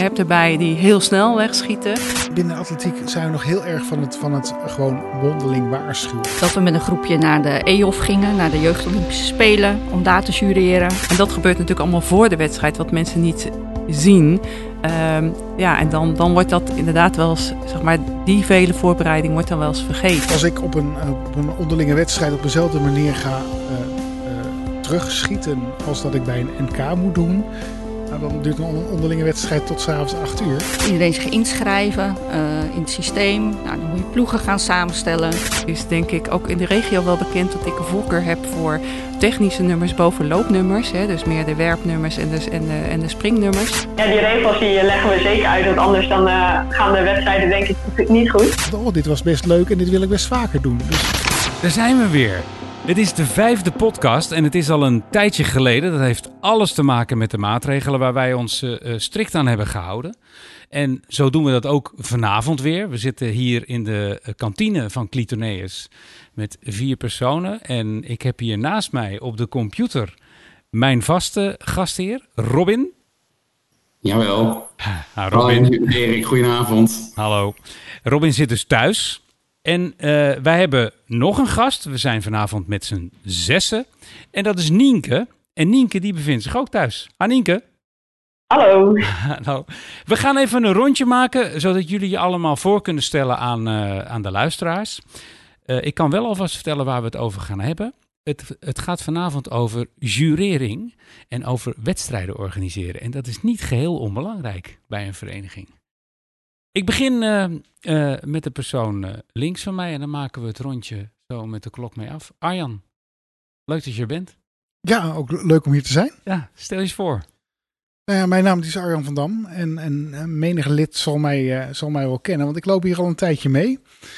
hebt erbij die heel snel wegschieten. Binnen atletiek zijn we nog heel erg van het gewoon mondeling waarschuwen. Dat we met een groepje naar de EOF gingen, naar de Jeugd Olympische Spelen, om daar te jureren. En dat gebeurt natuurlijk allemaal voor de wedstrijd, wat mensen niet zien. En dan wordt dat inderdaad wel eens, zeg maar, die vele voorbereiding wordt dan wel eens vergeten. Als ik op een onderlinge wedstrijd op dezelfde manier ga terugschieten als dat ik bij een NK moet doen, dan duurt een onderlinge wedstrijd tot 's avonds 8 uur. Iedereen zich inschrijven in het systeem. Nou, dan moet je ploegen gaan samenstellen. Het is denk ik ook in de regio wel bekend dat ik een voorkeur heb voor technische nummers boven loopnummers. Hè, dus meer de werpnummers en de springnummers. Ja, die regels die leggen we zeker uit, want anders dan gaan de wedstrijden denk ik niet goed. Oh, dit was best leuk en dit wil ik best vaker doen. Dus... Daar zijn we weer. Het is de 5e podcast en het is al een tijdje geleden. Dat heeft alles te maken met de maatregelen waar wij ons strikt aan hebben gehouden. En zo doen we dat ook vanavond weer. We zitten hier in de kantine van Clitoneus met 4 personen. En ik heb hier naast mij op de computer mijn vaste gastheer, Robin. Jawel. Robin. Hallo, Erik, goedenavond. Hallo. Robin zit dus thuis. En wij hebben nog een gast. We zijn vanavond met z'n 6. En dat is Nienke. En Nienke die bevindt zich ook thuis. Nienke. Hallo. Nou, we gaan even een rondje maken, zodat jullie je allemaal voor kunnen stellen aan de luisteraars. Ik kan wel alvast vertellen waar we het over gaan hebben. Het gaat vanavond over jurering en over wedstrijden organiseren. En dat is niet geheel onbelangrijk bij een vereniging. Ik begin met de persoon links van mij en dan maken we het rondje zo met de klok mee af. Arjan, leuk dat je er bent. Ja, ook leuk om hier te zijn. Ja, stel je eens voor. Mijn naam is Arjan van Dam en menig lid zal mij wel kennen, want ik loop hier al een tijdje mee.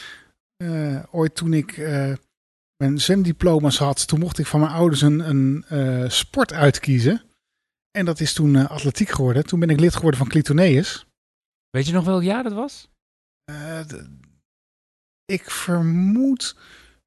Ooit toen ik mijn zwemdiploma's had, toen mocht ik van mijn ouders een sport uitkiezen. En dat is toen atletiek geworden. Toen ben ik lid geworden van Clitoneus. Weet je nog welk jaar dat was? Ik vermoed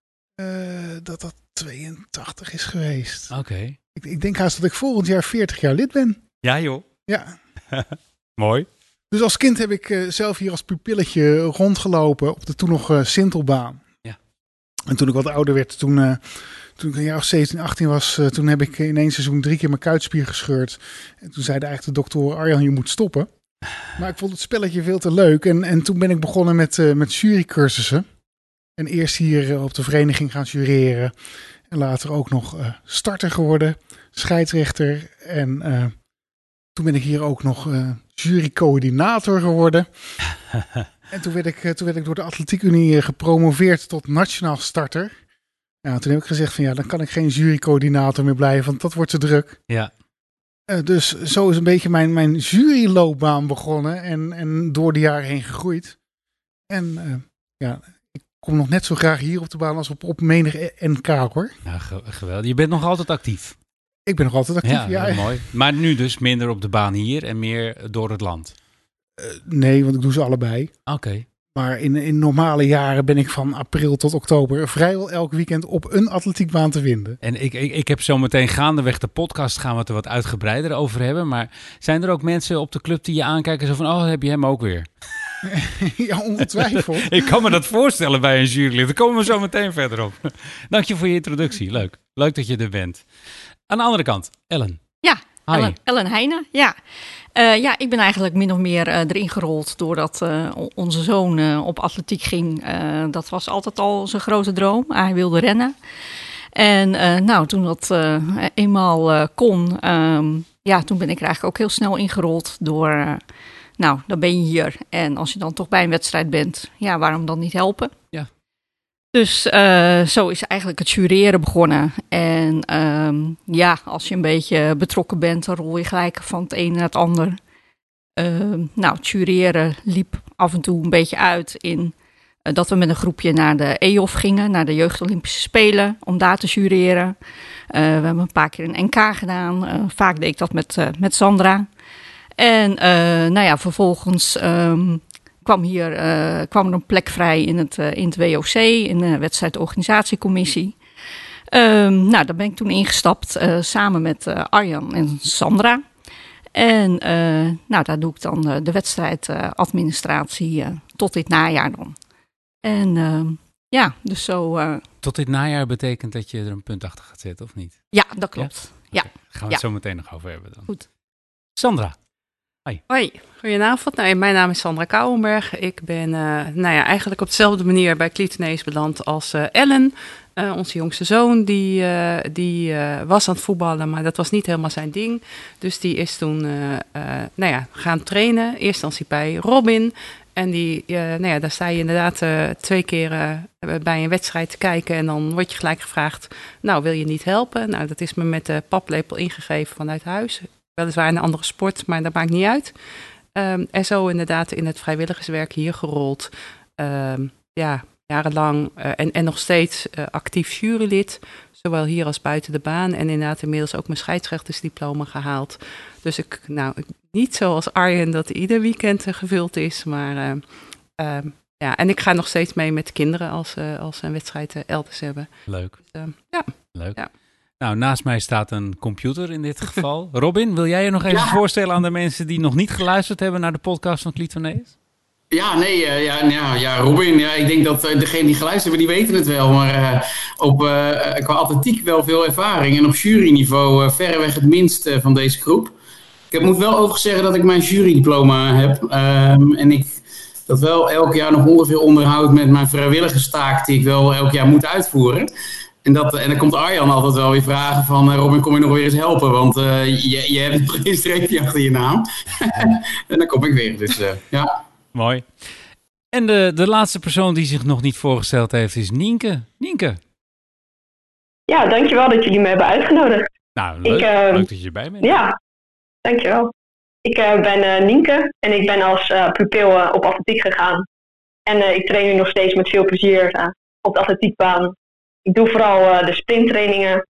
dat 82 is geweest. Oké. Ik denk haast dat ik volgend jaar 40 jaar lid ben. Ja joh. Ja. Mooi. Dus als kind heb ik zelf hier als pupilletje rondgelopen op de toen nog Sintelbaan. Ja. En toen ik wat ouder werd, toen ik een jaar of 17, 18 was, toen heb ik in 1 seizoen 3 keer mijn kuitspier gescheurd. En toen zeiden eigenlijk de doktoren, Arjan, je moet stoppen. Maar ik vond het spelletje veel te leuk. En toen ben ik begonnen met jurycursussen. En eerst hier op de vereniging gaan jureren. En later ook nog starter geworden, scheidsrechter. En toen ben ik hier ook nog jurycoördinator geworden. En toen werd ik door de Atletiek Unie gepromoveerd tot nationaal starter. Ja, toen heb ik gezegd van dan kan ik geen jurycoördinator meer blijven, want dat wordt te druk. Ja. Dus zo is een beetje mijn juryloopbaan begonnen en door de jaren heen gegroeid. En ik kom nog net zo graag hier op de baan als op menig NK hoor. Ja, geweldig. Je bent nog altijd actief. Ik ben nog altijd actief, ja. Mooi. Maar nu dus minder op de baan hier en meer door het land? Nee, want ik doe ze allebei. Oké. Maar in normale jaren ben ik van april tot oktober vrijwel elk weekend op een atletiekbaan te vinden. En ik heb zo meteen gaandeweg de podcast gaan we het er wat uitgebreider over hebben. Maar zijn er ook mensen op de club die je aankijken zo van, heb je hem ook weer? Ja, ongetwijfeld. Ik kan me dat voorstellen bij een jurylid. Daar komen we zo meteen verder op. Dank je voor je introductie. Leuk. Leuk dat je er bent. Aan de andere kant, Ellen. Ja, Hi. Ellen Heijnen. Ja. Ik ben eigenlijk min of meer erin gerold doordat onze zoon op atletiek ging. Dat was altijd al zijn grote droom. Hij wilde rennen. En toen dat eenmaal kon, toen ben ik er eigenlijk ook heel snel ingerold door... dan ben je hier. En als je dan toch bij een wedstrijd bent, waarom dan niet helpen? Ja. Dus zo is eigenlijk het jureren begonnen. En als je een beetje betrokken bent, dan rol je gelijk van het een naar het ander. Het jureren liep af en toe een beetje uit in dat we met een groepje naar de EOF gingen, naar de Jeugd Olympische Spelen, om daar te jureren. We hebben een paar keer een NK gedaan. Vaak deed ik dat met Sandra. En vervolgens kwam er een plek vrij in het WOC, in de wedstrijdorganisatiecommissie. Daar ben ik toen ingestapt samen met Arjan en Sandra. En daar doe ik dan de wedstrijdadministratie tot dit najaar dan. En dus zo... Tot dit najaar betekent dat je er een punt achter gaat zetten, of niet? Ja, dat klopt. Ja. Okay. Gaan we het zo meteen nog over hebben dan. Goed. Sandra. Hoi, goedenavond. Mijn naam is Sandra Kouwenberg. Ik ben eigenlijk op dezelfde manier bij Clitonees beland als Ellen. Onze jongste zoon, die was aan het voetballen, maar dat was niet helemaal zijn ding. Dus die is toen gaan trainen. Eerst instantie bij Robin. En daar sta je inderdaad 2 keer bij een wedstrijd te kijken. En dan word je gelijk gevraagd, wil je niet helpen? Nou, dat is me met de paplepel ingegeven vanuit huis. Weliswaar een andere sport, maar dat maakt niet uit. En zo inderdaad in het vrijwilligerswerk hier gerold. Jarenlang en nog steeds actief jurylid. Zowel hier als buiten de baan. En inderdaad inmiddels ook mijn scheidsrechtersdiploma gehaald. Dus ik niet zoals Arjen dat ieder weekend gevuld is. Maar en ik ga nog steeds mee met de kinderen als ze een wedstrijd elders hebben. Leuk. Dus, Leuk. Ja. Nou, naast mij staat een computer in dit geval. Robin, wil jij je nog even voorstellen aan de mensen die nog niet geluisterd hebben naar de podcast van Clitonees? Robin. Ja, ik denk dat degenen die geluisterd hebben, die weten het wel. Maar qua atletiek wel veel ervaring. En op juryniveau verreweg het minst van deze groep. Ik moet wel overigens zeggen dat ik mijn jurydiploma heb. En ik dat wel elk jaar nog ongeveer onderhoud met mijn vrijwilligerstaak die ik wel elk jaar moet uitvoeren. En dan komt Arjan altijd wel weer vragen van... Robin, kom je nog weer eens helpen? Want je hebt een streepje achter je naam. En dan kom ik weer. Dus ja. Mooi. En de laatste persoon die zich nog niet voorgesteld heeft is Nienke. Nienke. Ja, dankjewel dat jullie me hebben uitgenodigd. Nou, leuk dat je erbij bent. Ja, dankjewel. Ik ben Nienke en ik ben als pupil op atletiek gegaan. En ik train nu nog steeds met veel plezier op de atletiekbaan. Ik doe vooral de sprinttrainingen.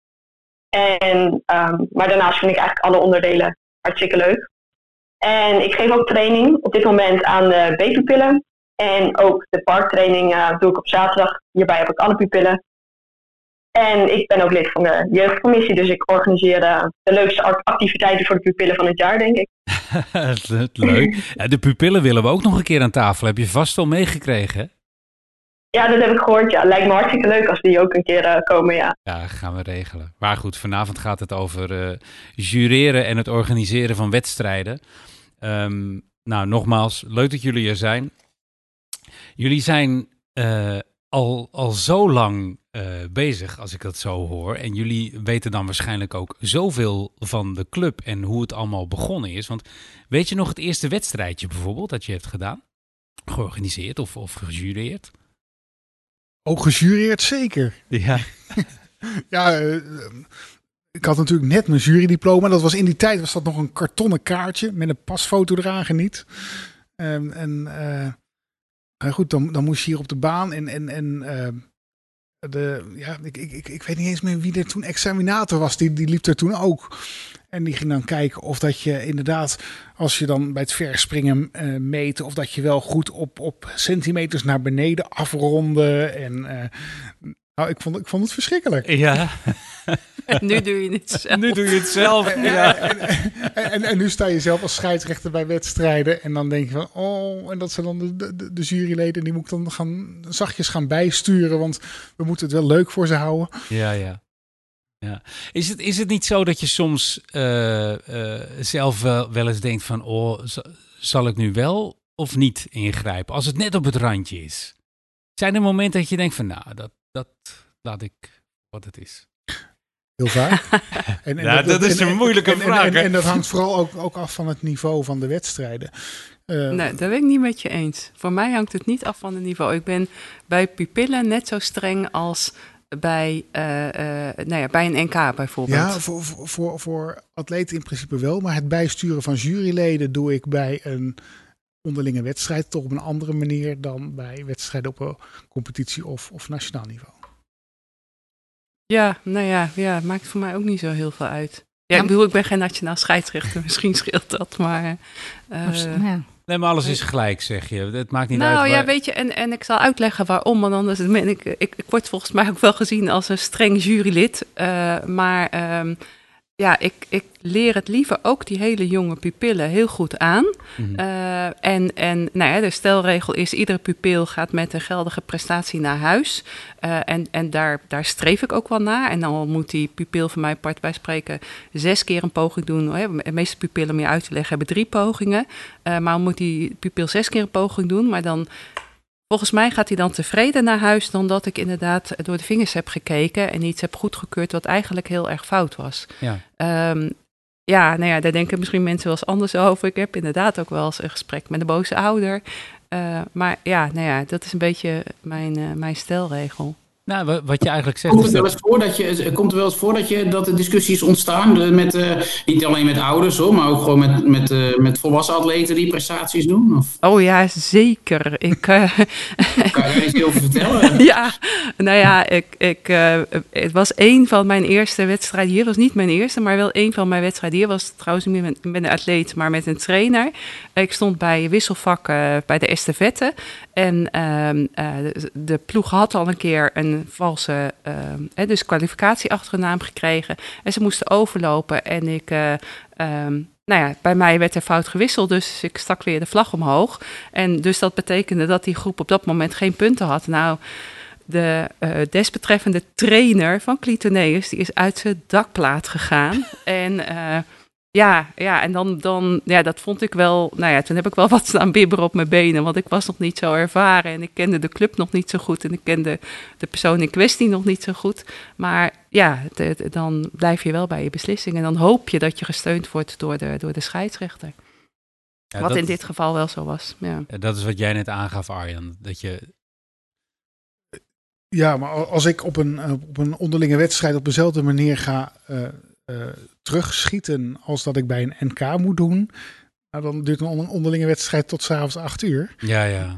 Maar daarnaast vind ik eigenlijk alle onderdelen hartstikke leuk. En ik geef ook training op dit moment aan de B-pupillen. En ook de parktraining doe ik op zaterdag. Hierbij heb ik alle pupillen. En ik ben ook lid van de jeugdcommissie. Dus ik organiseer de leukste activiteiten voor de pupillen van het jaar, denk ik. Leuk. Ja, de pupillen willen we ook nog een keer aan tafel. Heb je vast wel meegekregen, hè? Ja, dat heb ik gehoord. Ja, lijkt me hartstikke leuk als die ook een keer komen, ja. Ja, gaan we regelen. Maar goed, vanavond gaat het over jureren en het organiseren van wedstrijden. Nogmaals, leuk dat jullie er zijn. Jullie zijn al zo lang bezig, als ik dat zo hoor. En jullie weten dan waarschijnlijk ook zoveel van de club en hoe het allemaal begonnen is. Want weet je nog het eerste wedstrijdje bijvoorbeeld dat je hebt gedaan? Georganiseerd of gejureerd? Ook gejureerd, zeker. Ja. Ik had natuurlijk net mijn jurydiploma. Dat was in die tijd was dat nog een kartonnen kaartje met een pasfoto eraan geniet. Goed, dan moest je hier op de baan ik weet niet eens meer wie er toen examinator was. Die liep er toen ook. En die ging dan kijken of dat je inderdaad, als je dan bij het verspringen meten, of dat je wel goed op centimeters naar beneden afronde. En ik vond het verschrikkelijk. Ja. Nu doe je het zelf. Nu doe je het zelf. Ja. En nu sta je zelf als scheidsrechter bij wedstrijden. En dan denk je van, en dat zijn dan de juryleden. Die moet ik dan zachtjes gaan bijsturen. Want we moeten het wel leuk voor ze houden. Ja. Is het niet zo dat je soms zelf wel eens denkt van... zal ik nu wel of niet ingrijpen? Als het net op het randje is. Zijn er momenten dat je denkt van... dat laat ik wat het is. Heel vaak. Dat is een moeilijke vraag. En dat hangt vooral ook af van het niveau van de wedstrijden. Nee, dat ben ik niet met je eens. Voor mij hangt het niet af van het niveau. Ik ben bij pupillen net zo streng als bij een NK bijvoorbeeld. Ja, voor atleten in principe wel. Maar het bijsturen van juryleden doe ik bij een onderlinge wedstrijd toch op een andere manier dan bij wedstrijden op een competitie of nationaal niveau. Ja, het maakt voor mij ook niet zo heel veel uit. Ja, ik bedoel, ik ben geen nationaal scheidsrechter, misschien scheelt dat, maar... Nee, maar alles is gelijk, zeg je. Het maakt niet uit. Nou ja, weet je, en ik zal uitleggen waarom, want anders ben ik word volgens mij ook wel gezien als een streng jurylid. Maar Ja, ik leer het liever ook die hele jonge pupillen heel goed aan. En nou ja, de stelregel is, iedere pupil gaat met een geldige prestatie naar huis. En daar streef ik ook wel naar. En dan moet die pupil van mij part bij spreken 6 keer een poging doen. De meeste pupillen, om je uit te leggen, hebben 3 pogingen. Maar dan moet die pupil 6 keer een poging doen. Maar dan, volgens mij gaat hij dan tevreden naar huis dan dat ik inderdaad door de vingers heb gekeken en iets heb goedgekeurd wat eigenlijk heel erg fout was. Ja. Nou ja, daar denken misschien mensen wel eens anders over. Ik heb inderdaad ook wel eens een gesprek met een boze ouder. Maar ja, nou ja, dat is een beetje mijn stelregel. Nou, wat je eigenlijk zegt... Komt er wel eens voor dat er discussies ontstaan, niet alleen met ouders, hoor, maar ook gewoon met volwassen atleten die prestaties doen? Of? Oh ja, zeker. Kan je daar iets over vertellen? Ja, nou ja, het was een van mijn eerste wedstrijden hier. Het was niet mijn eerste, maar wel een van mijn wedstrijden hier. Was trouwens niet met een atleet, maar met een trainer. Ik stond bij wisselvak bij de estafette. En de ploeg had al een keer een valse dus kwalificatie achter hun naam gekregen. En ze moesten overlopen. En bij mij werd er fout gewisseld. Dus ik stak weer de vlag omhoog. En dus dat betekende dat die groep op dat moment geen punten had. Nou, de desbetreffende trainer van Clitoneus, die is uit zijn dakplaat gegaan. En en dan, dat vond ik wel, nou ja, toen heb ik wel wat staan bibberen op mijn benen, want ik was nog niet zo ervaren en ik kende de club nog niet zo goed en ik kende de persoon in kwestie nog niet zo goed. Maar ja, dan blijf je wel bij je beslissing en dan hoop je dat je gesteund wordt door de scheidsrechter. Ja, wat in dit geval wel zo was. Ja. Dat is wat jij net aangaf, Arjan, dat je... Ja, maar als ik op een onderlinge wedstrijd op dezelfde manier ga terugschieten als dat ik bij een NK moet doen, nou, dan duurt een onderlinge wedstrijd tot 's avonds 8 uur. Ja.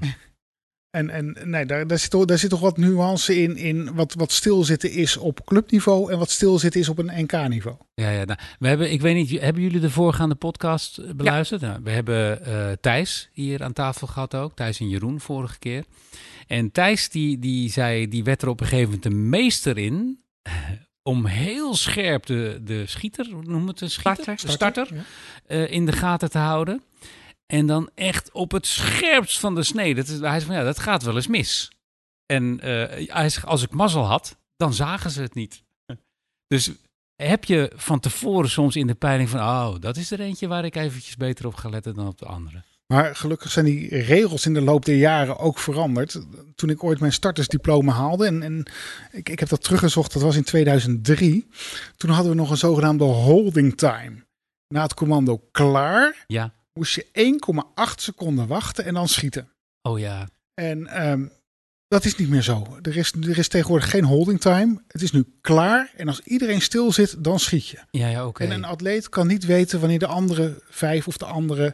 En nee, daar zit toch wat nuance in wat stilzitten is op clubniveau en wat stilzitten is op een NK-niveau. Ja. Nou, ik weet niet, hebben jullie de voorgaande podcast beluisterd? Ja. Nou, we hebben Thijs hier aan tafel gehad ook. Thijs en Jeroen vorige keer. En Thijs die zei, die werd er op een gegeven moment de meester in om heel scherp de schieter, noem het een schieter? Starter in de gaten te houden. En dan echt op het scherpst van de snee. Hij zei van, dat gaat wel eens mis. En hij zegt, als ik mazzel had, dan zagen ze het niet. Dus heb je van tevoren soms in de peiling van, dat is er eentje waar ik eventjes beter op ga letten dan op de andere. Maar gelukkig zijn die regels in de loop der jaren ook veranderd. Toen ik ooit mijn startersdiploma haalde, en ik heb dat teruggezocht, dat was in 2003. Toen hadden we nog een zogenaamde holding time. Na het commando klaar, moest je 1,8 seconden wachten en dan schieten. Oh ja. En dat is niet meer zo. Er is tegenwoordig geen holding time. Het is nu klaar en als iedereen stil zit, dan schiet je. Ja, oké. En een atleet kan niet weten wanneer de andere 5 of de andere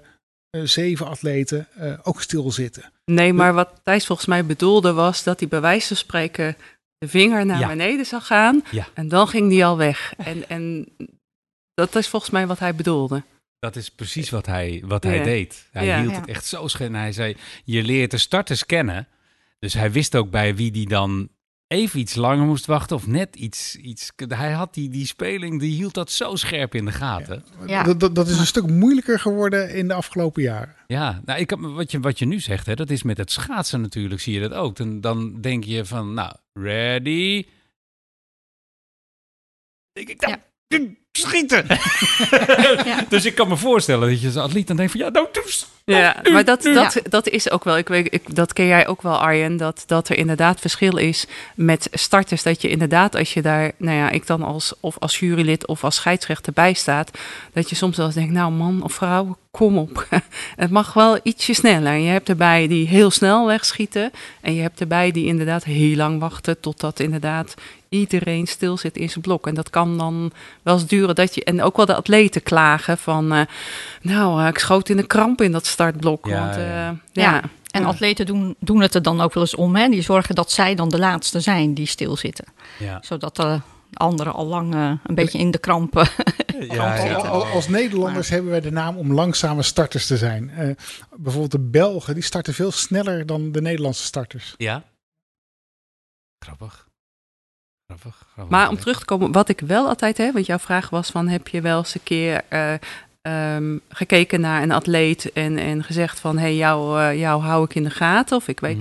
7 atleten ook stilzitten. Nee, maar wat Thijs volgens mij bedoelde was dat hij bij wijze van spreken de vinger naar beneden zag gaan. Ja. En dan ging die al weg. En dat is volgens mij wat hij bedoelde. Dat is precies wat hij deed. Hij hield het echt zo scherp. Hij zei, je leert de starters kennen. Dus hij wist ook bij wie die dan even iets langer moest wachten of net iets. Hij had die speling, die hield dat zo scherp in de gaten. Ja. Dat is een stuk moeilijker geworden in de afgelopen jaren. Ja, nou, wat je nu zegt, hè, dat is met het schaatsen natuurlijk, zie je dat ook. Dan denk je van, nou, ready. Denk ik dan. Schieten! Dus ik kan me voorstellen dat je als atleet dan denkt van maar dat is ook wel, ik weet, dat ken jij ook wel, Arjen, dat er inderdaad verschil is met starters, dat je inderdaad, als je daar, ik dan als jurylid of als scheidsrechter bij staat, dat je soms wel eens denkt, nou man of vrouw, kom op. Het mag wel ietsje sneller. Je hebt erbij die heel snel wegschieten en je hebt erbij die inderdaad heel lang wachten totdat inderdaad iedereen stil zit in zijn blok. En dat kan dan wel eens duren en ook wel de atleten klagen van, ik schoot in de kramp in dat startblok. En atleten doen het er dan ook wel eens om. Hè? Die zorgen dat zij dan de laatste zijn die stilzitten. Ja. Zodat de anderen al lang een beetje in de krampen zitten. Als Nederlanders hebben wij de naam om langzame starters te zijn. Bijvoorbeeld de Belgen, die starten veel sneller dan de Nederlandse starters. Ja. Grappig. Grappig. Maar om terug te komen, wat ik wel altijd heb, want jouw vraag was van, heb je wel eens een keer gekeken naar een atleet en gezegd van, hey, jou hou ik in de gaten, of ik weet.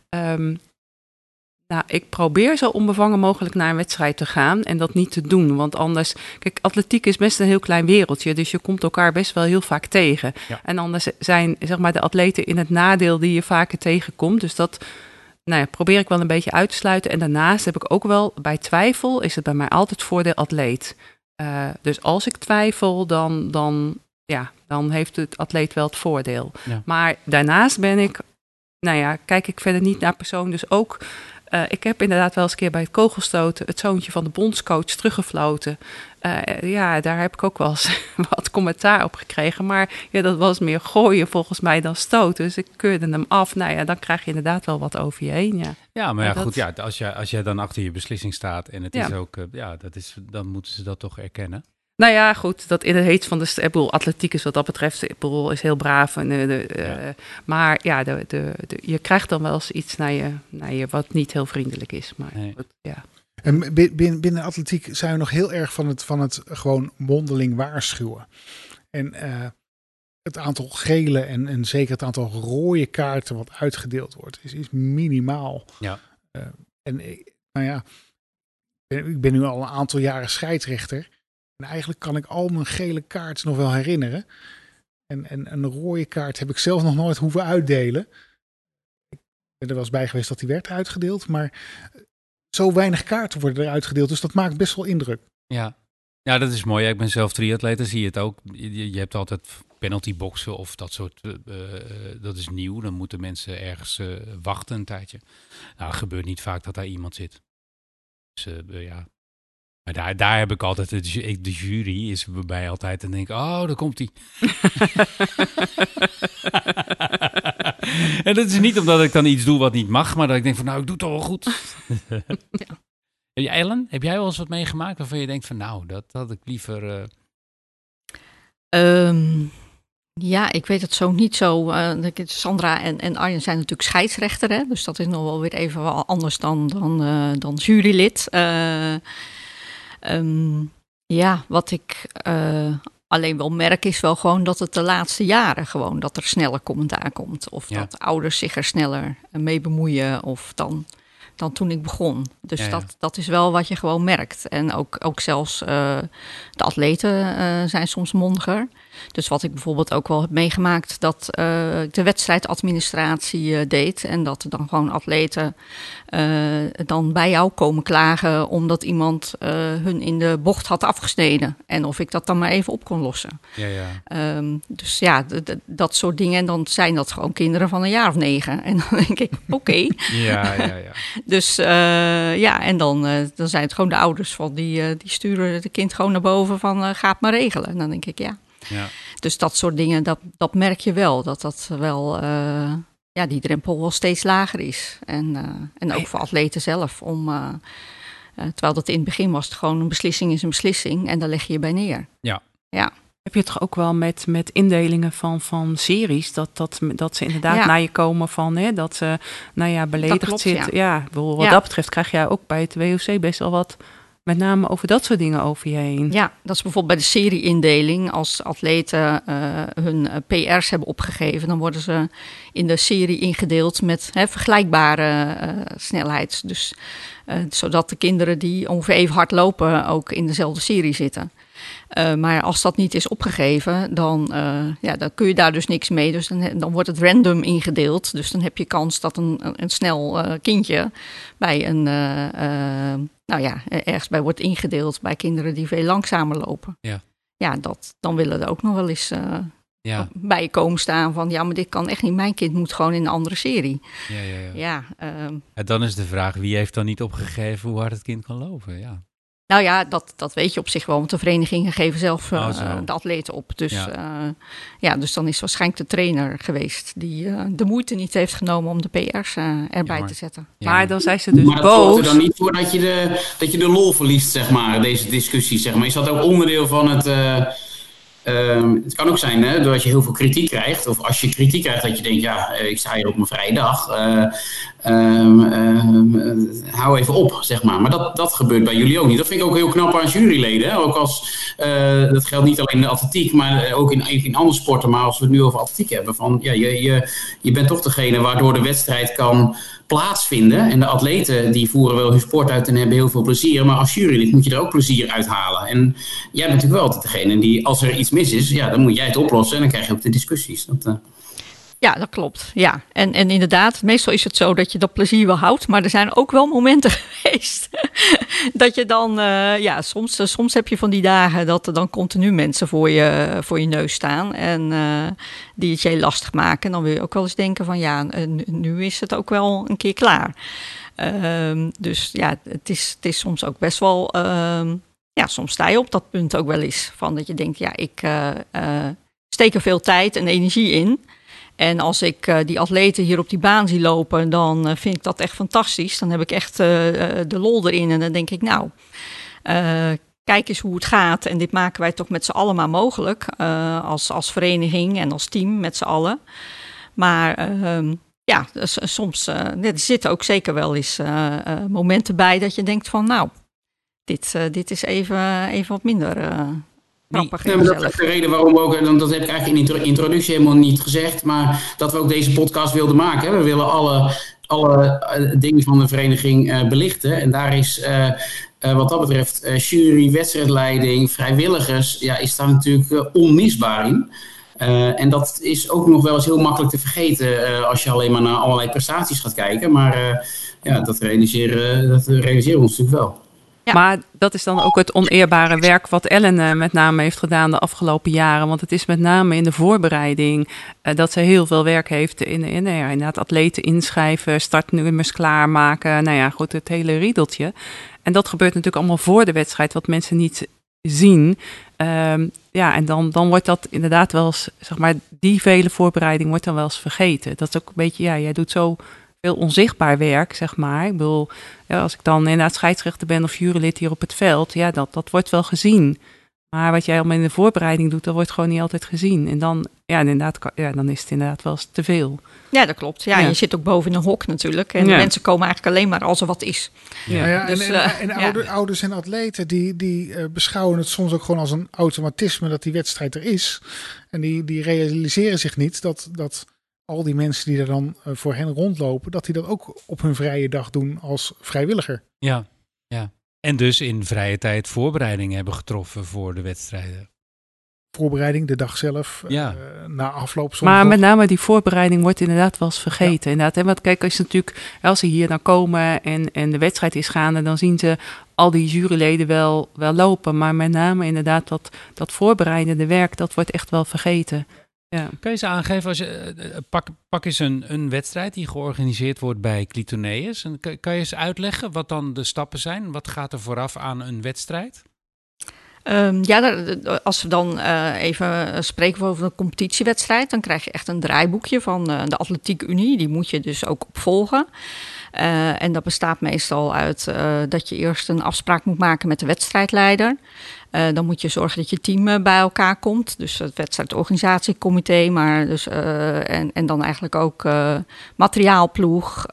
Nou, ik probeer zo onbevangen mogelijk naar een wedstrijd te gaan en dat niet te doen. Want anders, kijk, atletiek is best een heel klein wereldje. Dus je komt elkaar best wel heel vaak tegen. Ja. En anders zijn, zeg maar, de atleten in het nadeel die je vaker tegenkomt. Dus dat probeer ik wel een beetje uit te sluiten. En daarnaast heb ik ook wel, bij twijfel is het bij mij altijd voordeel atleet. Dus als ik twijfel, dan heeft het atleet wel het voordeel. Ja. Maar daarnaast kijk ik verder niet naar persoon. Dus ook, ik heb inderdaad wel eens een keer bij het kogelstoten het zoontje van de bondscoach teruggefloten. Daar heb ik ook wel eens wat commentaar op gekregen. Maar ja, dat was meer gooien volgens mij dan stoten. Dus ik keurde hem af. Dan krijg je inderdaad wel wat over je heen. Ja, maar goed, als jij dan achter je beslissing staat en het is ook, dan moeten ze dat toch erkennen. Nou ja, goed, dat in het heet van de atletiek is wat dat betreft, is heel braaf. Maar ja, je krijgt dan wel eens iets naar je wat niet heel vriendelijk is. Maar goed, ja. En binnen atletiek zijn we nog heel erg van het gewoon mondeling waarschuwen. En het aantal gele en zeker het aantal rode kaarten wat uitgedeeld wordt, is minimaal. Ja. Ik ben nu al een aantal jaren scheidsrechter. En eigenlijk kan ik al mijn gele kaart nog wel herinneren. En een rode kaart heb ik zelf nog nooit hoeven uitdelen. Ik ben er wel eens bij geweest dat die werd uitgedeeld. Maar zo weinig kaarten worden er uitgedeeld. Dus dat maakt best wel indruk. Ja, dat is mooi. Ik ben zelf triatleet, dan zie je het ook. Je hebt altijd penaltyboxen of dat soort. Dat is nieuw. Dan moeten mensen ergens wachten een tijdje. Nou, het gebeurt niet vaak dat daar iemand zit. Dus Maar daar heb ik altijd, de jury is bij altijd en denk daar komt hij. En dat is niet omdat ik dan iets doe wat niet mag, maar dat ik denk van ik doe het toch wel goed. Ja. Ellen, heb jij wel eens wat meegemaakt waarvan je denkt van dat had ik liever... Ja, ik weet het zo niet zo. Sandra en Arjen zijn natuurlijk scheidsrechter, hè? Dus dat is nog wel weer even wel anders dan jurylid. Wat ik alleen wel merk is wel gewoon dat het de laatste jaren gewoon dat er sneller commentaar komt. Of dat ouders zich er sneller mee bemoeien of dan toen ik begon. Dus dat is wel wat je gewoon merkt. En ook zelfs de atleten zijn soms mondiger. Dus wat ik bijvoorbeeld ook wel heb meegemaakt, dat ik de wedstrijdadministratie deed. En dat er dan gewoon atleten dan bij jou komen klagen omdat iemand hun in de bocht had afgesneden. En of ik dat dan maar even op kon lossen. Dus dat soort dingen. En dan zijn dat gewoon kinderen van een jaar of 9. En dan denk ik, oké. Ja. Dus en dan zijn het gewoon de ouders van die sturen het kind gewoon naar boven van ga het maar regelen. En dan denk ik, ja. Dus dat soort dingen, dat merk je wel. Dat wel, die drempel wel steeds lager is. En ook voor atleten zelf. Terwijl dat in het begin was het gewoon een beslissing is een beslissing. En daar leg je je bij neer. Ja. Heb je toch ook wel met indelingen van series, dat ze inderdaad naar je komen van, dat ze, beledigd zit. Ja, wat dat betreft krijg jij ook bij het WOC best wel wat, met name over dat soort dingen over je heen. Ja, dat is bijvoorbeeld bij de serie-indeling. Als atleten hun PR's hebben opgegeven, dan worden ze in de serie ingedeeld met vergelijkbare snelheid. Dus zodat de kinderen die ongeveer even hard lopen ook in dezelfde serie zitten. Maar als dat niet is opgegeven, dan kun je daar dus niks mee. Dus dan wordt het random ingedeeld. Dus dan heb je kans dat een snel kindje bij ergens bij wordt ingedeeld bij kinderen die veel langzamer lopen. Dan willen er ook nog wel eens bij komen staan van maar dit kan echt niet. Mijn kind moet gewoon in een andere serie. Dan is de vraag, wie heeft dan niet opgegeven hoe hard het kind kan lopen? Ja. Nou ja, dat weet je op zich wel, want de verenigingen geven zelf de atleten op. Dus, dus dan is waarschijnlijk de trainer geweest die de moeite niet heeft genomen om de PR's erbij te zetten. Ja. Maar dan zijn ze dus boos. Maar dat zorgt er dan niet voor dat je de lol verliest, zeg maar, deze discussie. Zeg maar. Is dat ook onderdeel van Het kan ook zijn doordat je heel veel kritiek krijgt. Of als je kritiek krijgt dat je denkt, ik sta hier op mijn vrije dag. Hou even op, zeg maar. Maar dat gebeurt bij jullie ook niet. Dat vind ik ook heel knap aan juryleden. Hè? Ook als, dat geldt niet alleen in de atletiek, maar ook in andere sporten. Maar als we het nu over atletiek hebben. Van, je bent toch degene waardoor de wedstrijd kan plaatsvinden. En de atleten die voeren wel hun sport uit en hebben heel veel plezier. Maar als jurylid moet je er ook plezier uit halen. En jij bent natuurlijk wel altijd degene die, als er iets mis is, dan moet jij het oplossen. En dan krijg je ook de discussies. Ja, dat klopt. Ja. En inderdaad, meestal is het zo dat je dat plezier wel houdt. Maar er zijn ook wel momenten geweest dat je dan... soms heb je van die dagen dat er dan continu mensen voor je neus staan. En die het je heel lastig maken. En dan wil je ook wel eens denken van nu is het ook wel een keer klaar. Dus ja, het is soms ook best wel... soms sta je op dat punt ook wel eens. Van dat je denkt, ik steek er veel tijd en energie in... En als ik die atleten hier op die baan zie lopen, dan vind ik dat echt fantastisch. Dan heb ik echt de lol erin en dan denk ik, kijk eens hoe het gaat. En dit maken wij toch met z'n allen maar mogelijk. Als vereniging en als team met z'n allen. Maar soms er zitten ook zeker wel eens momenten bij dat je denkt van, dit is even wat minder... grappig en dat is de reden waarom we ook, en dat heb ik eigenlijk in de introductie helemaal niet gezegd, maar dat we ook deze podcast wilden maken. Hè. We willen alle dingen van de vereniging belichten. En daar is wat dat betreft jury, wedstrijdleiding, vrijwilligers, is daar natuurlijk onmisbaar in. En dat is ook nog wel eens heel makkelijk te vergeten als je alleen maar naar allerlei prestaties gaat kijken. Maar dat realiseren we ons natuurlijk wel. Ja. Maar dat is dan ook het oneerbare werk wat Ellen met name heeft gedaan de afgelopen jaren. Want het is met name in de voorbereiding dat ze heel veel werk heeft in inderdaad atleten inschrijven, startnummers klaarmaken. Het hele riedeltje. En dat gebeurt natuurlijk allemaal voor de wedstrijd, wat mensen niet zien. En dan wordt dat inderdaad wel eens, die vele voorbereiding wordt dan wel eens vergeten. Dat is ook een beetje, jij doet zo... veel onzichtbaar werk, zeg maar. Ik bedoel, als ik dan inderdaad scheidsrechter ben of jurylid hier op het veld, dat wordt wel gezien. Maar wat jij allemaal in de voorbereiding doet, dat wordt gewoon niet altijd gezien. En dan, dan is het inderdaad wel eens te veel. Ja, dat klopt. Ja. Je zit ook boven in een hok natuurlijk. En mensen komen eigenlijk alleen maar als er wat is. Ouders en atleten, die beschouwen het soms ook gewoon als een automatisme dat die wedstrijd er is. En die realiseren zich niet dat al die mensen die er dan voor hen rondlopen, dat die dat ook op hun vrije dag doen als vrijwilliger. Ja. En dus in vrije tijd voorbereidingen hebben getroffen voor de wedstrijden. Voorbereiding, de dag zelf, na afloop soms. Maar met name die voorbereiding wordt inderdaad wel eens vergeten. Ja. Inderdaad, want kijk, als ze hier dan komen en de wedstrijd is gaande, dan zien ze al die juryleden wel lopen. Maar met name inderdaad dat voorbereidende werk, dat wordt echt wel vergeten. Ja. Kun je eens aangeven, als je, pak eens een wedstrijd die georganiseerd wordt bij Clitoneus. En kan je eens uitleggen wat dan de stappen zijn? Wat gaat er vooraf aan een wedstrijd? Als we dan even spreken over een competitiewedstrijd, dan krijg je echt een draaiboekje van de Atletiek Unie. Die moet je dus ook opvolgen. En dat bestaat meestal uit dat je eerst een afspraak moet maken met de wedstrijdleider. Dan moet je zorgen dat je team bij elkaar komt. Dus het wedstrijdorganisatiecomité, maar en dan eigenlijk ook materiaalploeg.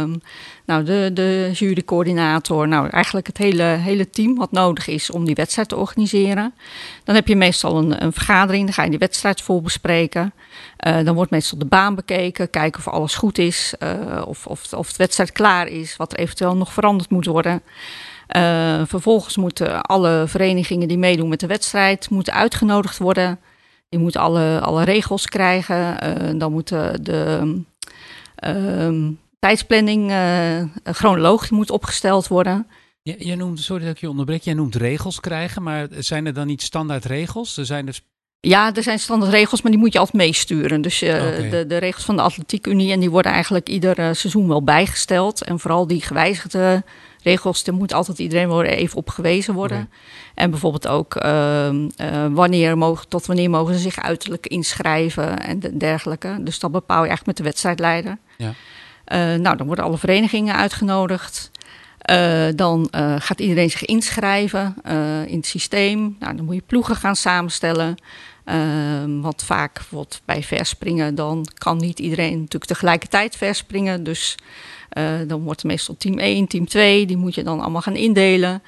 De jurycoördinator. Eigenlijk het hele team wat nodig is om die wedstrijd te organiseren. Dan heb je meestal een vergadering. Dan ga je die wedstrijd vol bespreken. Dan wordt meestal de baan bekeken. Kijken of alles goed is. Of de wedstrijd klaar is. Wat er eventueel nog veranderd moet worden. Vervolgens moeten alle verenigingen die meedoen met de wedstrijd moeten uitgenodigd worden. Die moeten alle regels krijgen. Dan moeten de tijdsplanning chronologisch moet opgesteld worden. Jij noemt, sorry dat ik je onderbreek, jij noemt regels krijgen, maar zijn er dan niet standaard regels? Ja, er zijn standaard regels, maar die moet je altijd meesturen. Dus de regels van de Atletiek Unie, en die worden eigenlijk ieder seizoen wel bijgesteld. En vooral die gewijzigde regels, daar moet altijd iedereen wel even op gewezen worden. Okay. En bijvoorbeeld ook tot wanneer mogen ze zich uiterlijk inschrijven en dergelijke. Dus dat bepaal je eigenlijk met de wedstrijdleider. Ja. Dan worden alle verenigingen uitgenodigd. Dan gaat iedereen zich inschrijven in het systeem. Dan moet je ploegen gaan samenstellen. Want vaak bijvoorbeeld bij verspringen, dan kan niet iedereen natuurlijk tegelijkertijd verspringen. Dus dan wordt het meestal team 1, team 2, die moet je dan allemaal gaan indelen.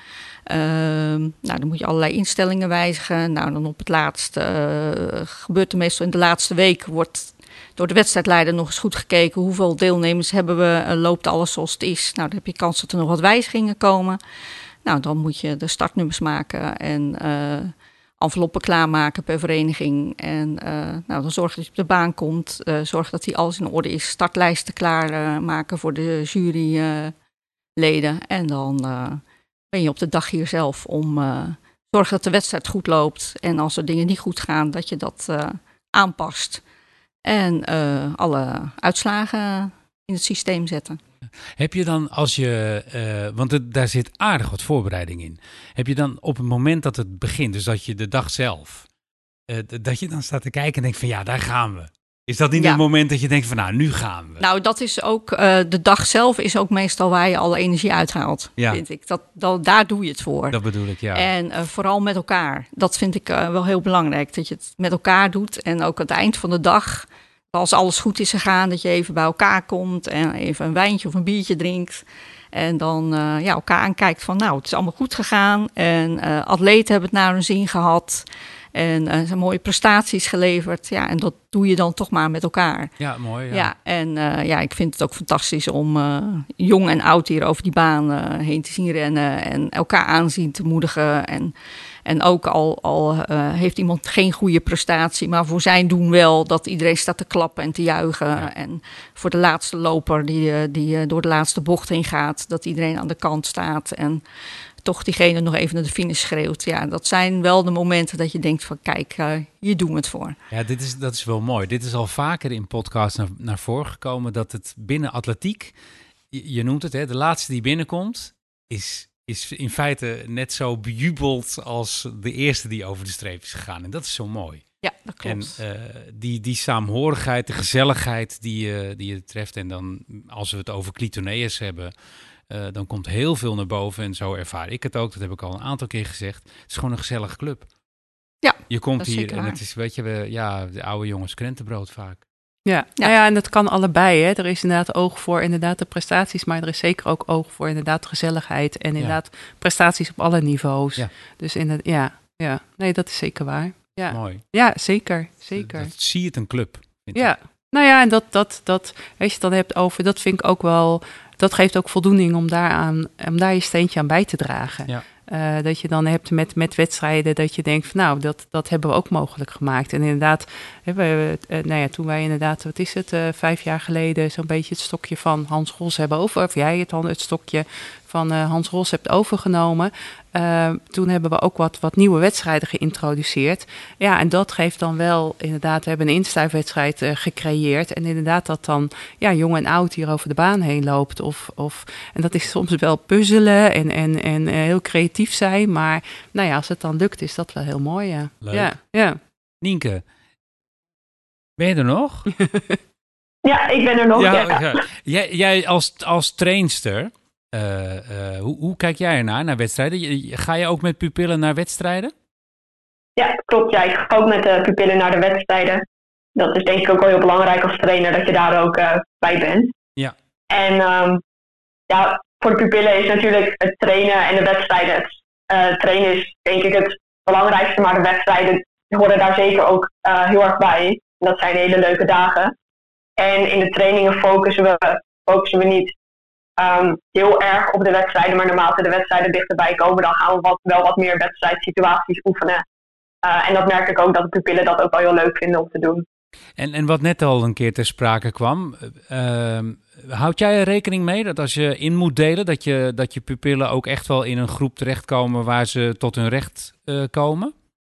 Dan moet je allerlei instellingen wijzigen. Nou, dan op het laatst gebeurt er meestal in de laatste week, wordt door de wedstrijdleider nog eens goed gekeken hoeveel deelnemers hebben we, loopt alles zoals het is. Nou, dan heb je kans dat er nog wat wijzigingen komen. Nou, dan moet je de startnummers maken en enveloppen klaarmaken per vereniging. En dan zorg dat je op de baan komt. Zorg dat die alles in orde is. Startlijsten klaarmaken voor de juryleden. En dan ben je op de dag hier zelf om zorgen dat de wedstrijd goed loopt. En als er dingen niet goed gaan, dat je dat aanpast. En alle uitslagen in het systeem zetten. Heb je dan als je, want daar zit aardig wat voorbereiding in. Heb je dan op het moment dat het begint, dus dat je de dag zelf, dat je dan staat te kijken en denkt van ja, daar gaan we. Is dat niet het moment dat je denkt van nou, nu gaan we? Nou, dat is ook, de dag zelf is ook meestal waar je alle energie uithaalt, vind ik. Daar doe je het voor. Dat bedoel ik, ja. En vooral met elkaar. Dat vind ik wel heel belangrijk, dat je het met elkaar doet. En ook aan het eind van de dag, als alles goed is gegaan, dat je even bij elkaar komt en even een wijntje of een biertje drinkt. En dan elkaar aankijkt van nou, het is allemaal goed gegaan. En atleten hebben het naar hun zin gehad. En zijn mooie prestaties geleverd. Ja, en dat doe je dan toch maar met elkaar. Ja, mooi. Ja. Ja, en ik vind het ook fantastisch om jong en oud hier over die baan heen te zien rennen. En elkaar aanzien te moedigen. En ook al heeft iemand geen goede prestatie, maar voor zijn doen wel, dat iedereen staat te klappen en te juichen. Ja. En voor de laatste loper die door de laatste bocht heen gaat, dat iedereen aan de kant staat en toch diegene nog even naar de finish schreeuwt. Ja, dat zijn wel de momenten dat je denkt van kijk, hier doen we het voor. Ja, dat is wel mooi. Dit is al vaker in podcasts naar voren gekomen, dat het binnen atletiek, je noemt het, hè, de laatste die binnenkomt, is in feite net zo bejubeld als de eerste die over de streep is gegaan. En dat is zo mooi. Ja, dat klopt. En die saamhorigheid, de gezelligheid die je treft. En dan, als we het over Clitoneus hebben, dan komt heel veel naar boven. En zo ervaar ik het ook. Dat heb ik al een aantal keer gezegd. Het is gewoon een gezellige club. Ja, je komt hier en het is, weet je, de oude jongens krentenbrood vaak. Ja. Nou ja, en dat kan allebei. Hè. Er is inderdaad oog voor inderdaad de prestaties, maar er is zeker ook oog voor inderdaad gezelligheid en inderdaad prestaties op alle niveaus. Ja. Dus nee, dat is zeker waar. Ja. Mooi. Ja, zeker. Dat zie je het een club. Ja, nou ja, en dat als je het dan hebt over, dat vind ik ook wel, dat geeft ook voldoening om daar je steentje aan bij te dragen. Ja. Dat je dan hebt met wedstrijden dat je denkt van nou, dat hebben we ook mogelijk gemaakt. En inderdaad, toen wij inderdaad, 5 jaar geleden zo'n beetje het stokje van Hans Ros hebben of jij het stokje van Hans Ros hebt overgenomen. Toen hebben we ook wat nieuwe wedstrijden geïntroduceerd. Ja, en dat geeft dan wel, inderdaad, we hebben een instuifwedstrijd gecreëerd. En inderdaad dat dan jong en oud hier over de baan heen loopt. En dat is soms wel puzzelen en heel creatief zijn. Maar als het dan lukt, is dat wel heel mooi, ja. Leuk. Ja. Nienke, ben je er nog? Ja, ik ben er nog. Ja. Jij als trainster, hoe kijk jij ernaar, naar wedstrijden? Ga je ook met pupillen naar wedstrijden? Ja, klopt. Ja, ik ga ook met de pupillen naar de wedstrijden. Dat is denk ik ook wel heel belangrijk als trainer, dat je daar ook bij bent. Ja. En voor de pupillen is natuurlijk het trainen en de wedstrijden. Het trainen is denk ik het belangrijkste, maar de wedstrijden horen daar zeker ook heel erg bij. Dat zijn hele leuke dagen. En in de trainingen focussen we niet heel erg op de wedstrijden, maar naarmate de wedstrijden dichterbij komen, dan gaan we wel wat meer wedstrijdsituaties oefenen. En dat merk ik ook dat de pupillen dat ook wel heel leuk vinden om te doen. En wat net al een keer ter sprake kwam, houd jij er rekening mee dat als je in moet delen, dat je pupillen ook echt wel in een groep terechtkomen waar ze tot hun recht komen?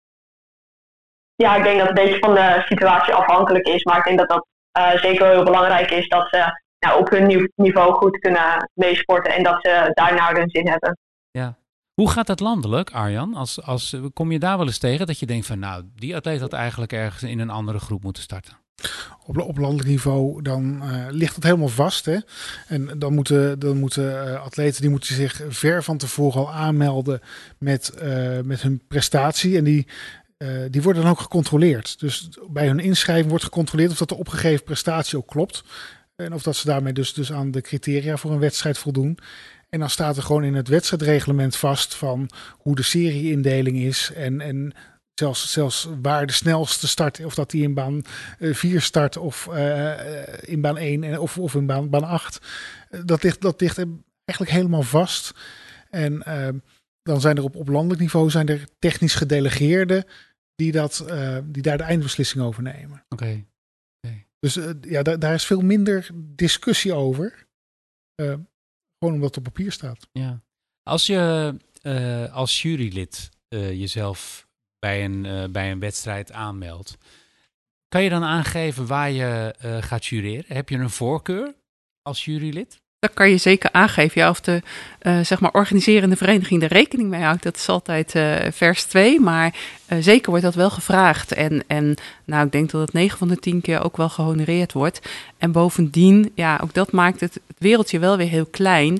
Ja, ik denk dat het een beetje van de situatie afhankelijk is, maar ik denk dat zeker heel belangrijk is dat ze op hun niveau goed kunnen meesporten en dat ze daar naar hun zin hebben. Ja. Hoe gaat dat landelijk, Arjan? Kom je daar wel eens tegen dat je denkt van nou, die atleet had eigenlijk ergens in een andere groep moeten starten? Op landelijk niveau dan ligt het helemaal vast. Hè? En dan moeten atleten die moeten zich ver van tevoren al aanmelden met hun prestatie. En die worden dan ook gecontroleerd. Dus bij hun inschrijving wordt gecontroleerd of dat de opgegeven prestatie ook klopt. En of dat ze daarmee dus aan de criteria voor een wedstrijd voldoen. En dan staat er gewoon in het wedstrijdreglement vast van hoe de serieindeling is. En zelfs waar de snelste start, of dat die in baan 4 start of in baan 1 of in baan 8. Dat ligt eigenlijk helemaal vast. En dan zijn er op landelijk niveau zijn er technisch gedelegeerden die daar de eindbeslissing over nemen. Oké. Dus daar is veel minder discussie over. Gewoon omdat het op papier staat. Ja. Als je als jurylid jezelf bij een wedstrijd aanmeldt, kan je dan aangeven waar je gaat jureren? Heb je een voorkeur als jurylid? Dat kan je zeker aangeven. Ja, of de organiserende vereniging er rekening mee houdt, dat is altijd vers 2. Maar zeker wordt dat wel gevraagd. En ik denk dat het 9 van de 10 keer ook wel gehonoreerd wordt. En bovendien, ook dat maakt het wereldje wel weer heel klein.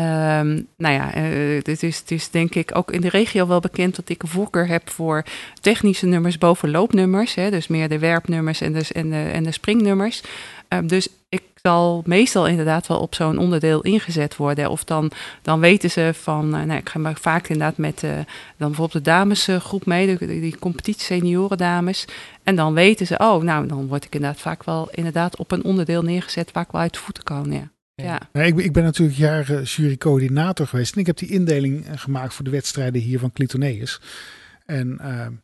Het is denk ik ook in de regio wel bekend dat ik een voorkeur heb voor technische nummers boven loopnummers. Hè, dus meer de werpnummers en de springnummers. Dus ik zal meestal inderdaad wel op zo'n onderdeel ingezet worden. Of dan weten ze van, ik ga maar vaak inderdaad met dan bijvoorbeeld de damesgroep mee, die competitie senioren dames. En dan weten ze, dan word ik inderdaad vaak wel inderdaad op een onderdeel neergezet waar ik wel uit de voeten kan. Ja. Ja. Ik ben natuurlijk jaren jurycoördinator geweest. En ik heb die indeling gemaakt voor de wedstrijden hier van Clitoneus. En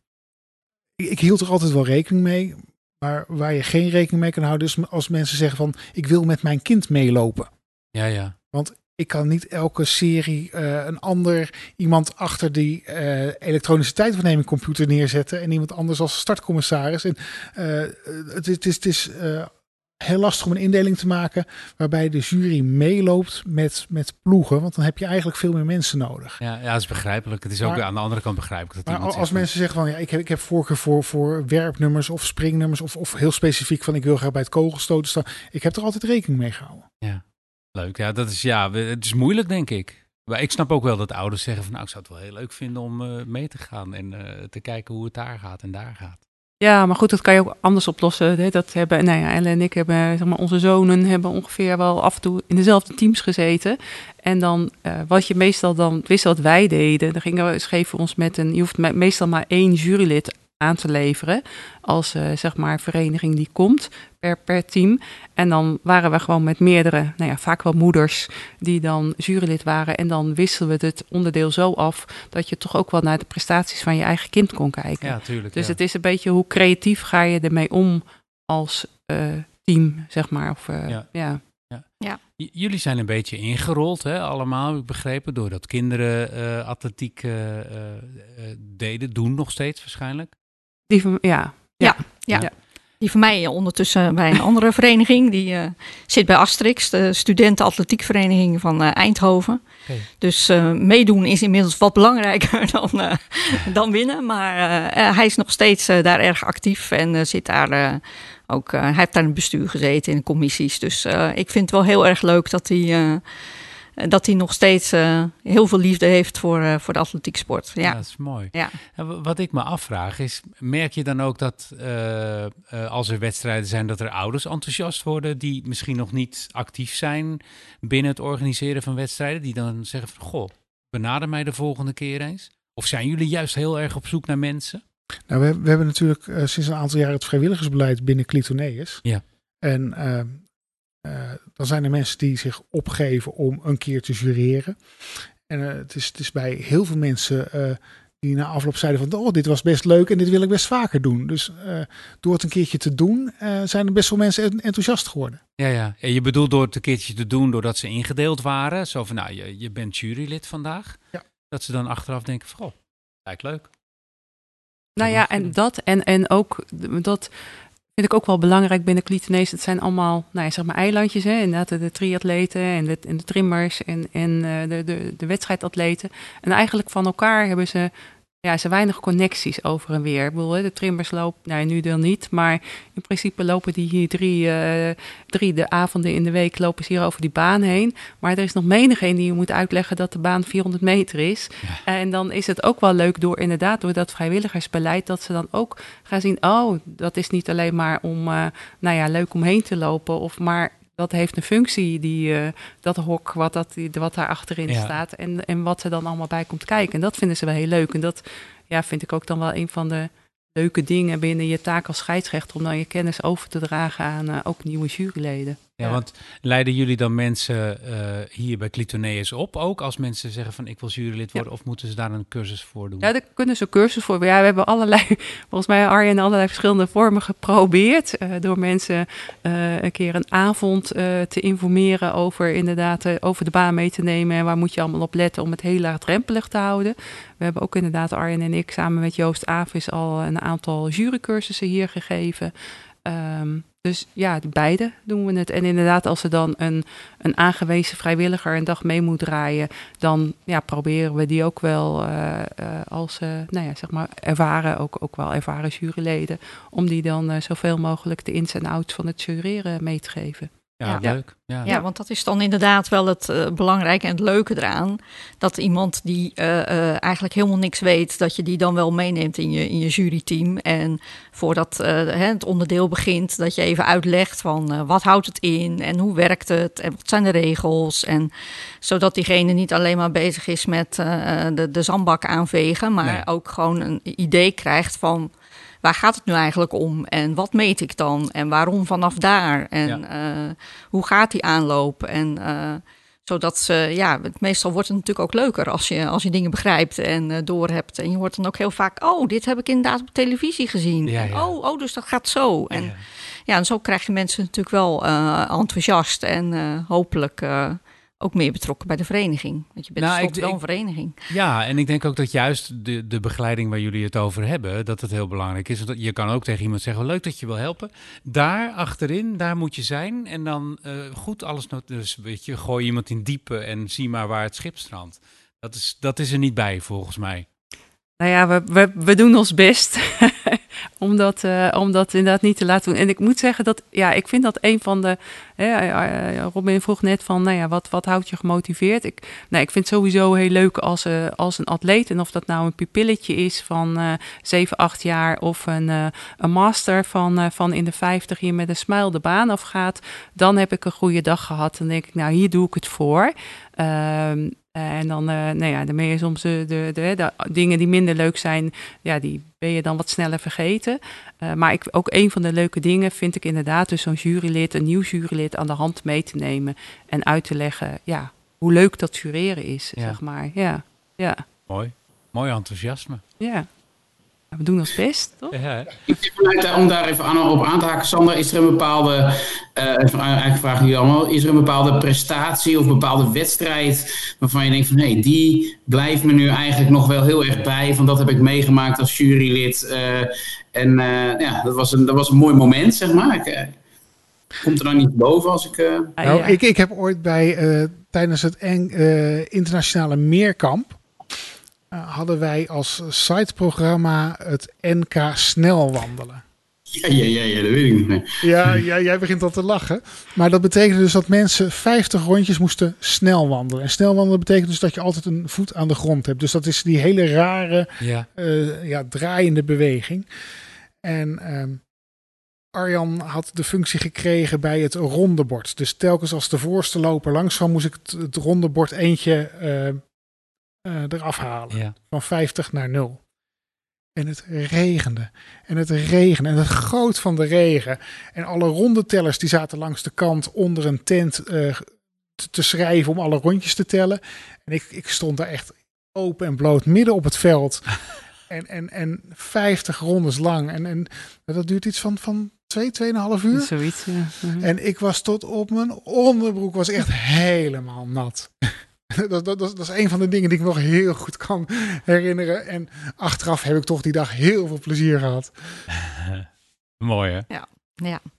ik hield er altijd wel rekening mee. Maar waar je geen rekening mee kan houden is als mensen zeggen van, ik wil met mijn kind meelopen. Ja. Want ik kan niet elke serie iemand achter die elektronische tijdverneming computer neerzetten en iemand anders als startcommissaris. En het is heel lastig om een indeling te maken waarbij de jury meeloopt met ploegen. Want dan heb je eigenlijk veel meer mensen nodig. Ja, dat is begrijpelijk. Het is ook aan de andere kant begrijpelijk. Maar als mensen zeggen van, ik heb voorkeur voor werpnummers of springnummers of heel specifiek van, ik wil graag bij het kogelstoten staan. Ik heb er altijd rekening mee gehouden. Ja, leuk. Ja, het is moeilijk, denk ik. Maar ik snap ook wel dat ouders zeggen van, ik zou het wel heel leuk vinden om mee te gaan en te kijken hoe het daar gaat en daar gaat. Ja, maar goed, dat kan je ook anders oplossen. Hè? Dat hebben, Ellen en ik hebben, onze zonen hebben ongeveer wel af en toe in dezelfde teams gezeten. En dan, wat je meestal dan, wist wat wij deden, dan schreven we ons je hoeft meestal maar 1 jurylid aan te leveren als vereniging die komt per team. En dan waren we gewoon met meerdere, vaak wel moeders die dan jurylid waren. En dan wisselen we het onderdeel zo af dat je toch ook wel naar de prestaties van je eigen kind kon kijken. Ja, tuurlijk. Dus het is een beetje hoe creatief ga je ermee om als team, zeg maar. Of, ja. Jullie zijn een beetje ingerold, hè, allemaal, heb ik begrepen, doordat kinderen atletiek doen nog steeds waarschijnlijk. Ja. Die van mij ondertussen bij een andere vereniging. Die zit bij Asterix, de studentenatletiekvereniging van Eindhoven. Okay. Dus meedoen is inmiddels wat belangrijker dan winnen. Maar hij is nog steeds daar erg actief en zit daar ook. Hij heeft daar in het bestuur gezeten in de commissies. Dus ik vind het wel heel erg leuk dat hij nog steeds heel veel liefde heeft voor de atletieksport. Ja, dat is mooi. Ja. Wat ik me afvraag is, merk je dan ook dat als er wedstrijden zijn, dat er ouders enthousiast worden die misschien nog niet actief zijn binnen het organiseren van wedstrijden, die dan zeggen van, goh, benader mij de volgende keer eens? Of zijn jullie juist heel erg op zoek naar mensen? Nou, we hebben natuurlijk sinds een aantal jaar het vrijwilligersbeleid binnen Clitoneus. Ja. En dan zijn er mensen die zich opgeven om een keer te jureren. En het is bij heel veel mensen die na afloop zeiden van, dit was best leuk en dit wil ik best vaker doen. Dus door het een keertje te doen, zijn er best wel mensen enthousiast geworden. Ja. En je bedoelt door het een keertje te doen, doordat ze ingedeeld waren. Zo van, je bent jurylid vandaag. Ja. Dat ze dan achteraf denken van, lijkt leuk. En dat en ook dat vind ik ook wel belangrijk binnen Clitoneus. Het zijn allemaal, eilandjes, hè? Inderdaad de triatleten en de trimmers en de wedstrijdatleten. En eigenlijk van elkaar hebben ze er zijn weinig connecties over en weer. Ik bedoel, de trimmers lopen, nu dan niet, maar in principe lopen die hier drie de avonden in de week lopen ze hier over die baan heen. Maar er is nog menigeen die je moet uitleggen dat de baan 400 meter is. Ja. En dan is het ook wel leuk door dat vrijwilligersbeleid, dat ze dan ook gaan zien, dat is niet alleen maar om leuk omheen te lopen, maar dat heeft een functie, dat hok wat daar achterin staat. En wat er dan allemaal bij komt kijken. En dat vinden ze wel heel leuk. En dat vind ik ook dan wel een van de leuke dingen binnen je taak als scheidsrechter. Om dan je kennis over te dragen aan ook nieuwe juryleden. Ja, want leiden jullie dan mensen hier bij Clitoneus op ook? Als mensen zeggen van ik wil jurylid worden, of moeten ze daar een cursus voor doen? Ja, daar kunnen ze cursus voor. Ja, we hebben volgens mij Arjen, allerlei verschillende vormen geprobeerd. Door mensen een keer een avond te informeren over de baan mee te nemen. En waar moet je allemaal op letten om het heel laagdrempelig te houden. We hebben ook inderdaad, Arjen en ik, samen met Joost Avis al een aantal jurycursussen hier gegeven. Dus ja, beide doen we het. En inderdaad, als er dan een aangewezen vrijwilliger een dag mee moet draaien, dan proberen we die ook wel als ervaren juryleden, om die dan zoveel mogelijk de ins en outs van het jureren mee te geven. Ja, leuk. Ja, want dat is dan inderdaad wel het belangrijke en het leuke eraan. Dat iemand die eigenlijk helemaal niks weet, dat je die dan wel meeneemt in je juryteam. En voordat het onderdeel begint, dat je even uitlegt van wat houdt het in en hoe werkt het en wat zijn de regels. En zodat diegene niet alleen maar bezig is met de zandbak aanvegen, maar ook gewoon een idee krijgt van waar gaat het nu eigenlijk om en wat meet ik dan en waarom vanaf daar en hoe gaat die aanloop en zodat ze, meestal wordt het natuurlijk ook leuker als je dingen begrijpt en doorhebt en je hoort dan ook heel vaak, dit heb ik inderdaad op televisie gezien. Ja, ja. En, dus dat gaat zo. En en zo krijg je mensen natuurlijk wel enthousiast en hopelijk ook meer betrokken bij de vereniging. Want je bent wel een vereniging. Ja, en ik denk ook dat juist de begeleiding waar jullie het over hebben, dat het heel belangrijk is. Want je kan ook tegen iemand zeggen, leuk dat je wil helpen. Daar achterin, daar moet je zijn. En dan goed alles, dus weet je, gooi iemand in diepe en zie maar waar het schip strandt. Dat is er niet bij, volgens mij. Nou ja, we doen ons best om dat inderdaad niet te laten doen. En ik moet zeggen dat, ik vind dat een van de... Robin vroeg net van, wat houdt je gemotiveerd? Ik vind het sowieso heel leuk als een atleet, en of dat nou een pupilletje is van 7, 8 jaar of een master van in de 50 hier met een smile de baan afgaat, dan heb ik een goede dag gehad. Dan denk ik, hier doe ik het voor. En dan ben je soms de dingen die minder leuk zijn, die ben je dan wat sneller vergeten. Maar ook een van de leuke dingen vind ik inderdaad dus zo'n een nieuw jurylid aan de hand mee te nemen en uit te leggen, hoe leuk dat jureren is, zeg maar. Ja. Mooi enthousiasme. Ja. We doen ons best, toch? Ja. Om daar even op aan te haken, Sander, is er een bepaalde, eigenlijk vragen jullie allemaal, is er een bepaalde prestatie of een bepaalde wedstrijd waarvan je denkt van, die blijft me nu eigenlijk nog wel heel erg bij, van dat heb ik meegemaakt als jurylid. Dat was een mooi moment, zeg maar. Komt er dan niet boven als ik... Ik heb ooit tijdens het internationale meerkamp hadden wij als siteprogramma het NK snelwandelen. Ja, dat weet ik niet meer. Ja, jij begint al te lachen. Maar dat betekende dus dat mensen 50 rondjes moesten snel wandelen. En snel wandelen betekent dus dat je altijd een voet aan de grond hebt. Dus dat is die hele rare draaiende beweging. En Arjan had de functie gekregen bij het rondebord. Dus telkens als de voorste loper langs kwam, moest ik het rondebord eentje eraf halen. Ja. Van 50 naar 0. En het regende. En het goot van de regen. En alle rondetellers die zaten langs de kant onder een tent te schrijven om alle rondjes te tellen. En ik stond daar echt open en bloot midden op het veld. en 50 rondes lang. En dat duurt iets van 2,5 uur. Zoiets, ja. En ik was tot op mijn onderbroek was echt helemaal nat. Dat is een van de dingen die ik nog heel goed kan herinneren. En achteraf heb ik toch die dag heel veel plezier gehad. Mooi, hè? Ja.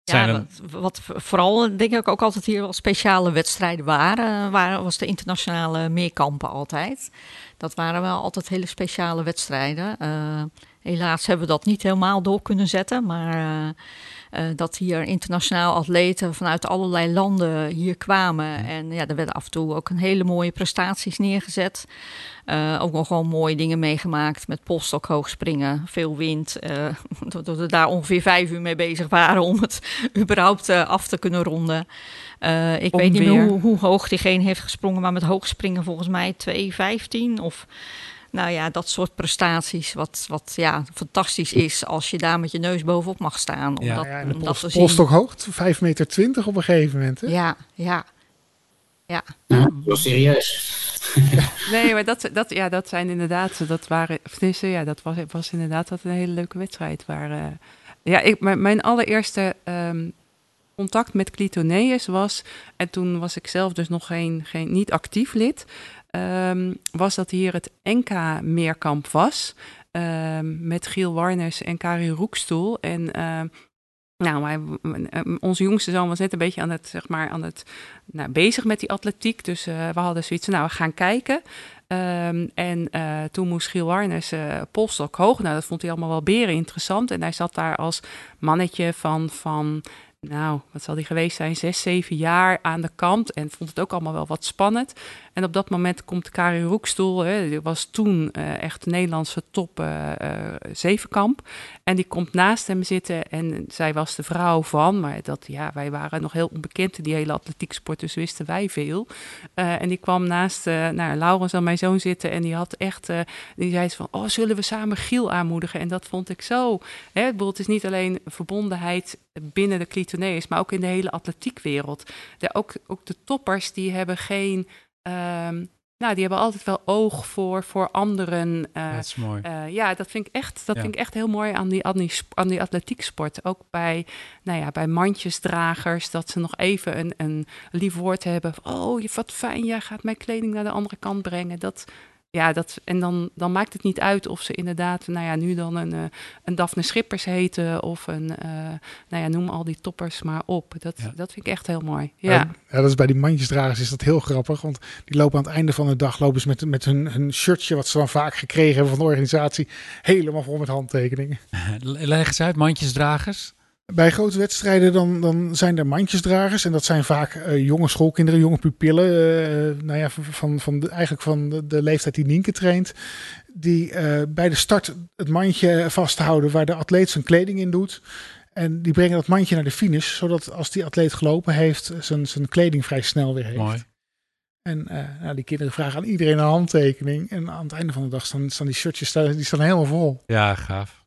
Ja, wat vooral denk ik ook altijd hier wel speciale wedstrijden was de internationale meerkampen altijd. Dat waren wel altijd hele speciale wedstrijden. Helaas hebben we dat niet helemaal door kunnen zetten, maar dat hier internationaal atleten vanuit allerlei landen hier kwamen. En ja, er werden af en toe ook een hele mooie prestaties neergezet. Ook nog gewoon mooie dingen meegemaakt met polstok hoogspringen, veel wind. Dat we daar ongeveer 5 uur mee bezig waren om het überhaupt af te kunnen ronden. Ik weet niet meer hoe hoog diegene heeft gesprongen, maar met hoogspringen volgens mij 2,15 of... Nou ja, dat soort prestaties, wat ja, fantastisch is als je daar met je neus bovenop mag staan. Om en de dat te zien. polstok hoog, 5,20 meter op een gegeven moment. Hè? Ja. Ja, wel serieus. Nee, maar dat zijn inderdaad, dat was inderdaad een hele leuke wedstrijd. Mijn allereerste contact met Clitoneus was, en toen was ik zelf dus nog niet actief lid, was dat hier het NK-meerkamp was. Met Giel Warners en Karin Roekstoel. En onze jongste zoon was net een beetje bezig met die atletiek. Dus we hadden zoiets van, we gaan kijken. Toen moest Giel Warners polstok hoog. Nou, dat vond hij allemaal wel beren interessant. En hij zat daar als mannetje van wat zal die geweest zijn, 6, 7 jaar aan de kant. En vond het ook allemaal wel wat spannend. En op dat moment komt Karin Roekstoel, die was toen echt de Nederlandse top zevenkamp. En die komt naast hem zitten en zij was de vrouw van, maar wij waren nog heel onbekend in die hele atletieksport, dus wisten wij veel. En die kwam naast Laurens en mijn zoon zitten en die had echt, die zei van, zullen we samen Giel aanmoedigen? En dat vond ik zo. Het is niet alleen verbondenheid binnen de Clitoneus, maar ook in de hele atletiekwereld. Ook de toppers, die hebben geen... die hebben altijd wel oog voor anderen. Dat is mooi. Dat vind ik echt heel mooi aan die atletieksport. Ook bij mandjesdragers, dat ze nog even een lief woord hebben. Wat fijn, jij gaat mijn kleding naar de andere kant brengen. En dan maakt het niet uit of ze inderdaad, nu dan een Daphne Schippers heten of noem al die toppers maar op. Dat vind ik echt heel mooi. Ja. Ja, dat is bij die mandjesdragers is dat heel grappig, want die lopen aan het einde van de dag met hun shirtje, wat ze dan vaak gekregen hebben van de organisatie, helemaal vol met handtekeningen. Leg eens uit, mandjesdragers. Bij grote wedstrijden dan zijn er mandjesdragers. En dat zijn vaak jonge schoolkinderen, jonge pupillen. Eigenlijk van de leeftijd die Nienke traint. Die bij de start het mandje vasthouden waar de atleet zijn kleding in doet. En die brengen dat mandje naar de finish. Zodat als die atleet gelopen heeft, zijn kleding vrij snel weer heeft. Mooi. En die kinderen vragen aan iedereen een handtekening. En aan het einde van de dag staan die shirtjes die staan helemaal vol. Ja, gaaf.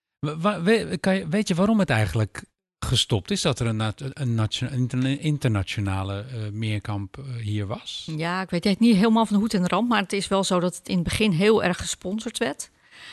Weet je waarom het eigenlijk gestopt is, dat er een internationale meerkamp hier was? Ja, ik weet het niet helemaal van de hoed en de rand, maar het is wel zo dat het in het begin heel erg gesponsord werd.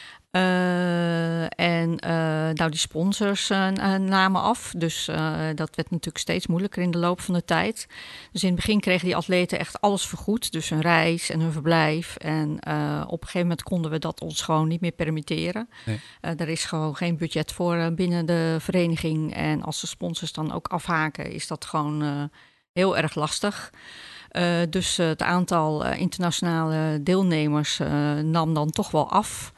Die sponsors namen af. Dus dat werd natuurlijk steeds moeilijker in de loop van de tijd. Dus in het begin kregen die atleten echt alles vergoed. Dus hun reis en hun verblijf. En op een gegeven moment konden we dat ons gewoon niet meer permitteren. Nee. Er is gewoon geen budget voor binnen de vereniging. En als de sponsors dan ook afhaken, is dat gewoon heel erg lastig. Dus het aantal internationale deelnemers nam dan toch wel af.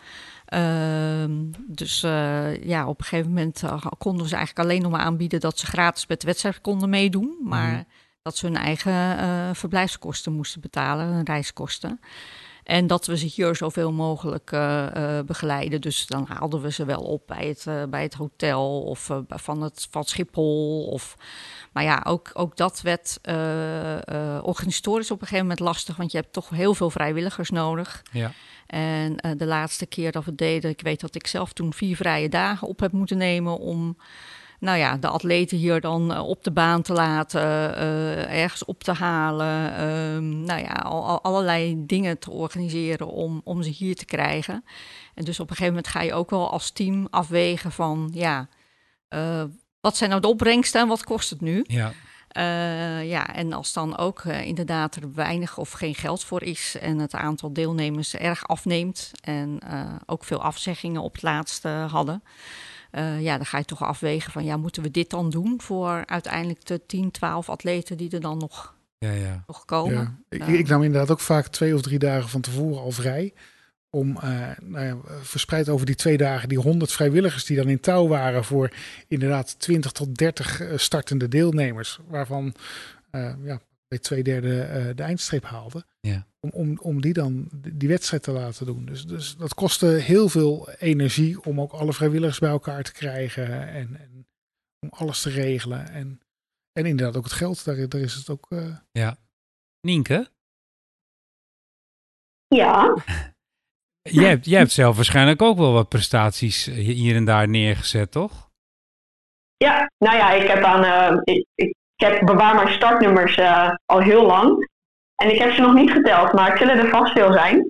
Op een gegeven moment konden ze eigenlijk alleen nog maar aanbieden dat ze gratis met de wedstrijd konden meedoen. Maar dat ze hun eigen verblijfskosten moesten betalen, hun reiskosten. En dat we ze hier zoveel mogelijk begeleiden. Dus dan haalden we ze wel op bij het hotel of van Schiphol. Maar ja, ook dat werd organisatorisch op een gegeven moment lastig. Want je hebt toch heel veel vrijwilligers nodig. Ja. En de laatste keer dat we het deden, ik weet dat ik zelf toen 4 vrije dagen op heb moeten nemen om de atleten hier dan op de baan te laten, ergens op te halen. Allerlei dingen te organiseren om ze hier te krijgen. En dus op een gegeven moment ga je ook wel als team afwegen van, wat zijn nou de opbrengsten en wat kost het nu? Ja. En als dan ook inderdaad er weinig of geen geld voor is en het aantal deelnemers erg afneemt en ook veel afzeggingen op het laatste hadden, Dan ga je toch afwegen van, moeten we dit dan doen voor uiteindelijk de 10, 12 atleten die er dan nog komen? Ja. Ik nam inderdaad ook vaak 2 of 3 dagen van tevoren al vrij. Om verspreid over die 2 dagen die 100 vrijwilligers die dan in touw waren voor inderdaad 20 tot 30 startende deelnemers. Waarvan bij 2/3 de eindstreep haalden. Ja. Om die dan die wedstrijd te laten doen. Dus dat kostte heel veel energie om ook alle vrijwilligers bij elkaar te krijgen. En om alles te regelen. En inderdaad ook het geld. Daar is het ook... Ja. Nienke? Ja. Jij hebt zelf waarschijnlijk ook wel wat prestaties hier en daar neergezet, toch? Ja, nou ja, ik heb bewaar mijn startnummers al heel lang. En ik heb ze nog niet geteld, maar het zullen er vast veel zijn.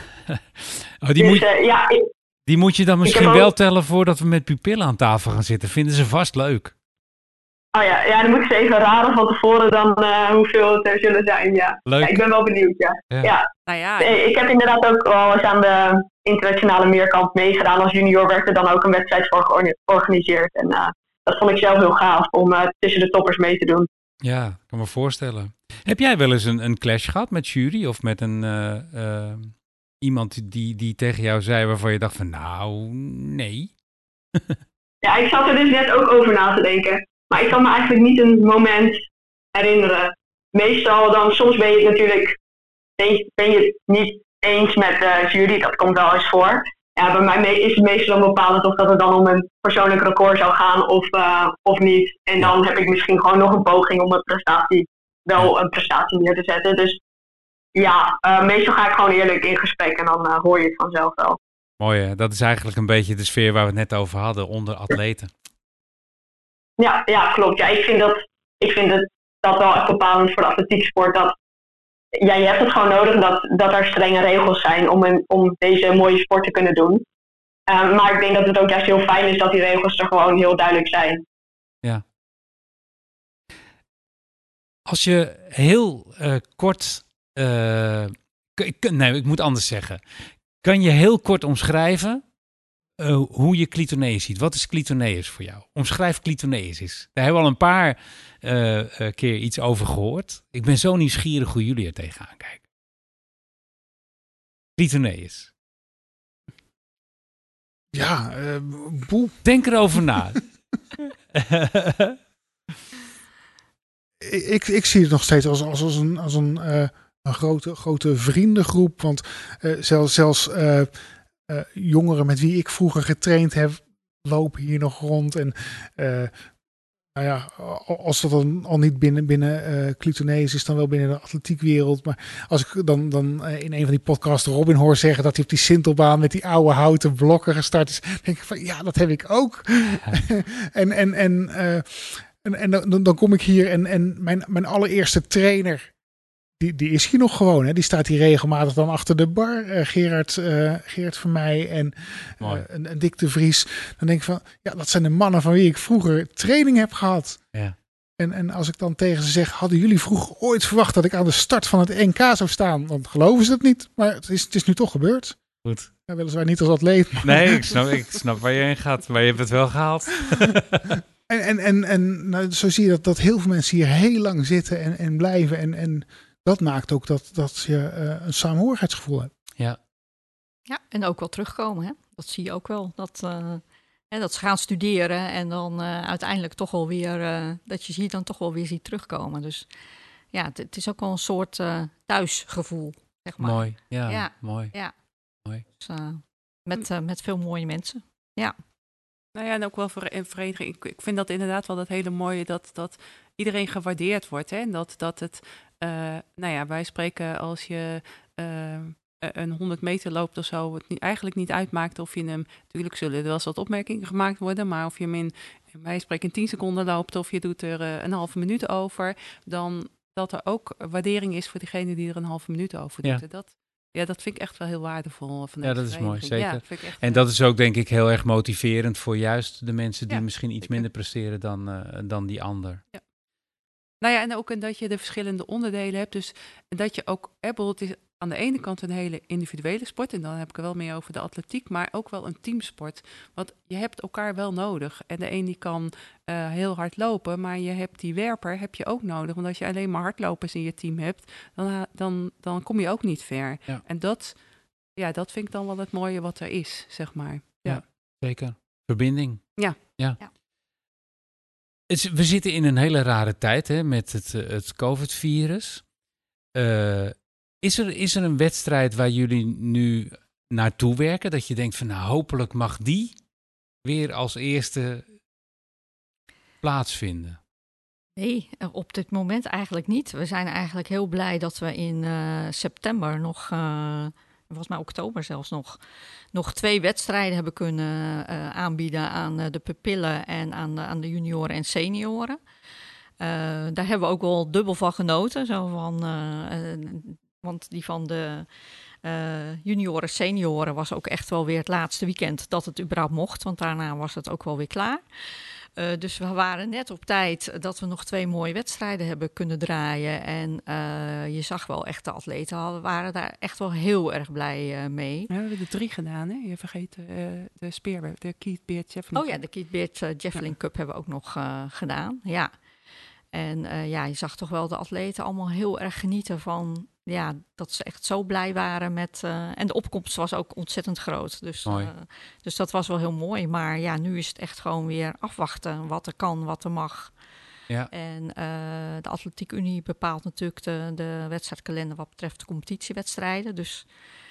Die moet je dan misschien wel tellen voordat we met pupillen aan tafel gaan zitten. Vinden ze vast leuk. Oh ja, dan moeten ze even raden van tevoren dan hoeveel het er zullen zijn. Ja. Leuk. Ja, ik ben wel benieuwd, ja. Nou ja, Ik heb inderdaad ook al eens aan de internationale meerkamp meegedaan. Als junior werd er dan ook een wedstrijd voor georganiseerd. En dat vond ik zelf heel gaaf om tussen de toppers mee te doen. Ja, ik kan me voorstellen. Heb jij wel eens een clash gehad met jury of met iemand die tegen jou zei waarvan je dacht van nou, nee? Ja, ik zat er dus net ook over na te denken. Maar ik kan me eigenlijk niet een moment herinneren. Meestal dan, soms ben je natuurlijk niet eens met de jury. Dat komt wel eens voor. Ja, bij mij is het meestal dan bepalend of dat het dan om een persoonlijk record zou gaan of niet. En dan heb ik misschien gewoon nog een poging om een prestatie neer te zetten. Dus ja, meestal ga ik gewoon eerlijk in gesprek en dan hoor je het vanzelf wel. Mooi hè? Dat is eigenlijk een beetje de sfeer waar we het net over hadden, onder atleten. Ja, klopt. Ja, ik vind dat wel echt bepalend voor de atletieksport. Dat je hebt het gewoon nodig dat er strenge regels zijn om deze mooie sport te kunnen doen. Maar ik denk dat het ook juist heel fijn is dat die regels er gewoon heel duidelijk zijn. Ja. Als je heel kort... nee, ik moet anders zeggen. Kan je heel kort omschrijven hoe je Clitoneus ziet? Wat is Clitoneus voor jou? Omschrijf Clitoneus eens. Daar hebben we al een paar keer iets over gehoord. Ik ben zo nieuwsgierig hoe jullie er tegenaan kijken. Clitoneus. Ja, boel. Denk erover na. Ik zie het nog steeds als een grote vriendengroep. Want zelfs jongeren met wie ik vroeger getraind heb, lopen hier nog rond. En als dat dan al niet binnen Clitoneus is, dan wel binnen de atletiekwereld. Maar als ik dan in een van die podcasts Robin hoor zeggen dat hij op die Sintelbaan met die oude houten blokken gestart is, denk ik van ja, dat heb ik ook. En dan kom ik hier en mijn allereerste trainer, die is hier nog gewoon. Hè? Die staat hier regelmatig dan achter de bar. Gerard van mij en een Dick de Vries. Dan denk ik van, ja, dat zijn de mannen van wie ik vroeger training heb gehad. Ja. En als ik dan tegen ze zeg, hadden jullie vroeger ooit verwacht dat ik aan de start van het NK zou staan? Dan geloven ze het niet. Maar het is nu toch gebeurd. Goed. Ja, weliswaar niet als atleet. Maar... Nee, ik snap waar je heen gaat. Maar je hebt het wel gehaald. En nou, zo zie je dat heel veel mensen hier heel lang zitten en blijven. En dat maakt ook dat je een saamhorigheidsgevoel hebt. Ja, en ook wel terugkomen. Hè? Dat zie je ook wel. Dat ze gaan studeren en dan uiteindelijk toch wel weer... dat je dan toch wel weer ziet terugkomen. Dus ja, het is ook wel een soort thuisgevoel, zeg maar. Mooi, ja. Mooi. Ja. Mooi. Dus, met veel mooie mensen, ja. Nou ja, en ook wel voor een vereniging. Ik vind dat inderdaad wel dat hele mooie dat iedereen gewaardeerd wordt. Hè? En dat het, wij spreken als je een 100 meter loopt of zo, het eigenlijk niet uitmaakt of je hem, natuurlijk zullen er wel eens wat opmerkingen gemaakt worden, maar of je hem wij spreken in 10 seconden loopt of je doet er een halve minuut over, dan dat er ook waardering is voor diegene die er een halve minuut over doet. Ja. Dat vind ik echt wel heel waardevol. Ja, dat is mooi, zeker. Ja, vind ik echt, en dat is ook denk ik heel erg motiverend voor juist de mensen die misschien iets minder presteren dan die ander. Ja. Nou ja, en ook dat je de verschillende onderdelen hebt. Dus dat je ook, bijvoorbeeld aan de ene kant een hele individuele sport. En dan heb ik er wel meer over de atletiek, maar ook wel een teamsport. Want je hebt elkaar wel nodig. En de een die kan heel hard lopen, maar je hebt die werper heb je ook nodig. Want als je alleen maar hardlopers in je team hebt, dan kom je ook niet ver. Ja. En dat vind ik dan wel het mooie wat er is, zeg maar. Ja, zeker. Verbinding. Ja. We zitten in een hele rare tijd, hè, met het COVID-virus. Is er een wedstrijd waar jullie nu naartoe werken? Dat je denkt van nou, hopelijk mag die weer als eerste plaatsvinden? Nee, op dit moment eigenlijk niet. We zijn eigenlijk heel blij dat we in september nog, volgens mij oktober zelfs nog 2 wedstrijden hebben kunnen aanbieden aan de pupillen en aan de junioren en senioren. Daar hebben we ook wel dubbel van genoten. Want die van de junioren, senioren was ook echt wel weer het laatste weekend dat het überhaupt mocht. Want daarna was het ook wel weer klaar. Dus we waren net op tijd dat we nog 2 mooie wedstrijden hebben kunnen draaien. En je zag wel echt, de atleten waren daar echt wel heel erg blij mee. Ja, we hebben er 3 gedaan, hè? Je vergeet de speerwerp, de Keith Beard Javelin. Oh ja, de Keith Beard Javelin Cup hebben we ook nog gedaan, ja. En je zag toch wel de atleten allemaal heel erg genieten van dat ze echt zo blij waren met. En de opkomst was ook ontzettend groot. Dus dat was wel heel mooi. Maar ja, nu is het echt gewoon weer afwachten wat er kan, wat er mag. Ja. En de Atletiek Unie bepaalt natuurlijk de wedstrijdkalender wat betreft de competitiewedstrijden. Dus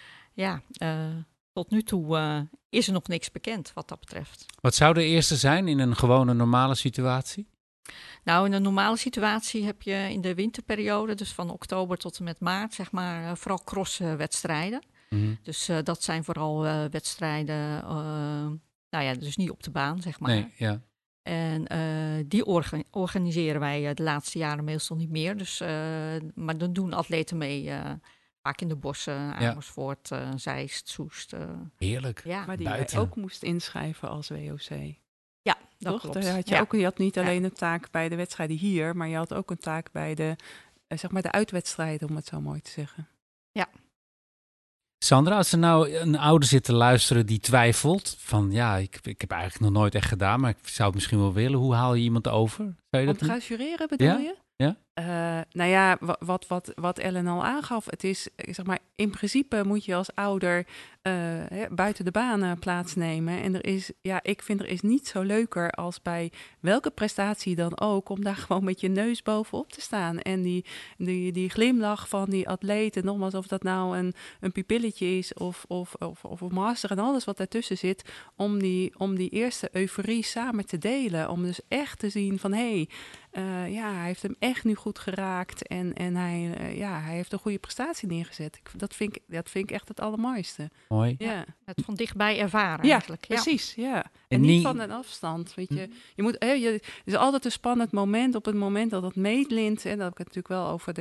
tot nu toe is er nog niks bekend wat dat betreft. Wat zou de eerste zijn in een gewone normale situatie? Nou, in een normale situatie heb je in de winterperiode, dus van oktober tot en met maart, zeg maar, vooral crosswedstrijden. Mm-hmm. Dus dat zijn vooral wedstrijden, dus niet op de baan, zeg maar. Nee, ja. En die organiseren wij de laatste jaren meestal niet meer. Dus, maar dan doen atleten mee, vaak in de bossen, Amersfoort, Zeist, Soest. Heerlijk. Ja. Maar die buiten. je ook moest inschrijven als WOC. Ja, dat Toch? klopt. Je had niet alleen een taak bij de wedstrijden hier, maar je had ook een taak bij de uitwedstrijden, om het zo mooi te zeggen. Ja. Sandra, als er nou een ouder zit te luisteren die twijfelt van ik heb eigenlijk nog nooit echt gedaan, maar ik zou het misschien wel willen. Hoe haal je iemand over? Zou je Om dat te gaan jureren bedoel je? Ja. Wat Ellen al aangaf, het is, zeg maar, in principe moet je als ouder buiten de baan plaatsnemen. En ik vind er is niet zo leuker als bij welke prestatie dan ook, om daar gewoon met je neus bovenop te staan. En die glimlach van die atleten, nogmaals, of dat nou een pupilletje is of een master en alles wat daartussen zit, om die eerste euforie samen te delen. Om dus echt te zien van, hij heeft hem echt nu goed geraakt en hij heeft een goede prestatie neergezet. Dat vind ik echt het allermooiste. Mooi. Ja. Het van dichtbij ervaren eigenlijk. Ja, precies. Ja. En En niet niet van een afstand. Weet je. Het is altijd een spannend moment op het moment dat het meetlint. En dat heb ik het natuurlijk wel over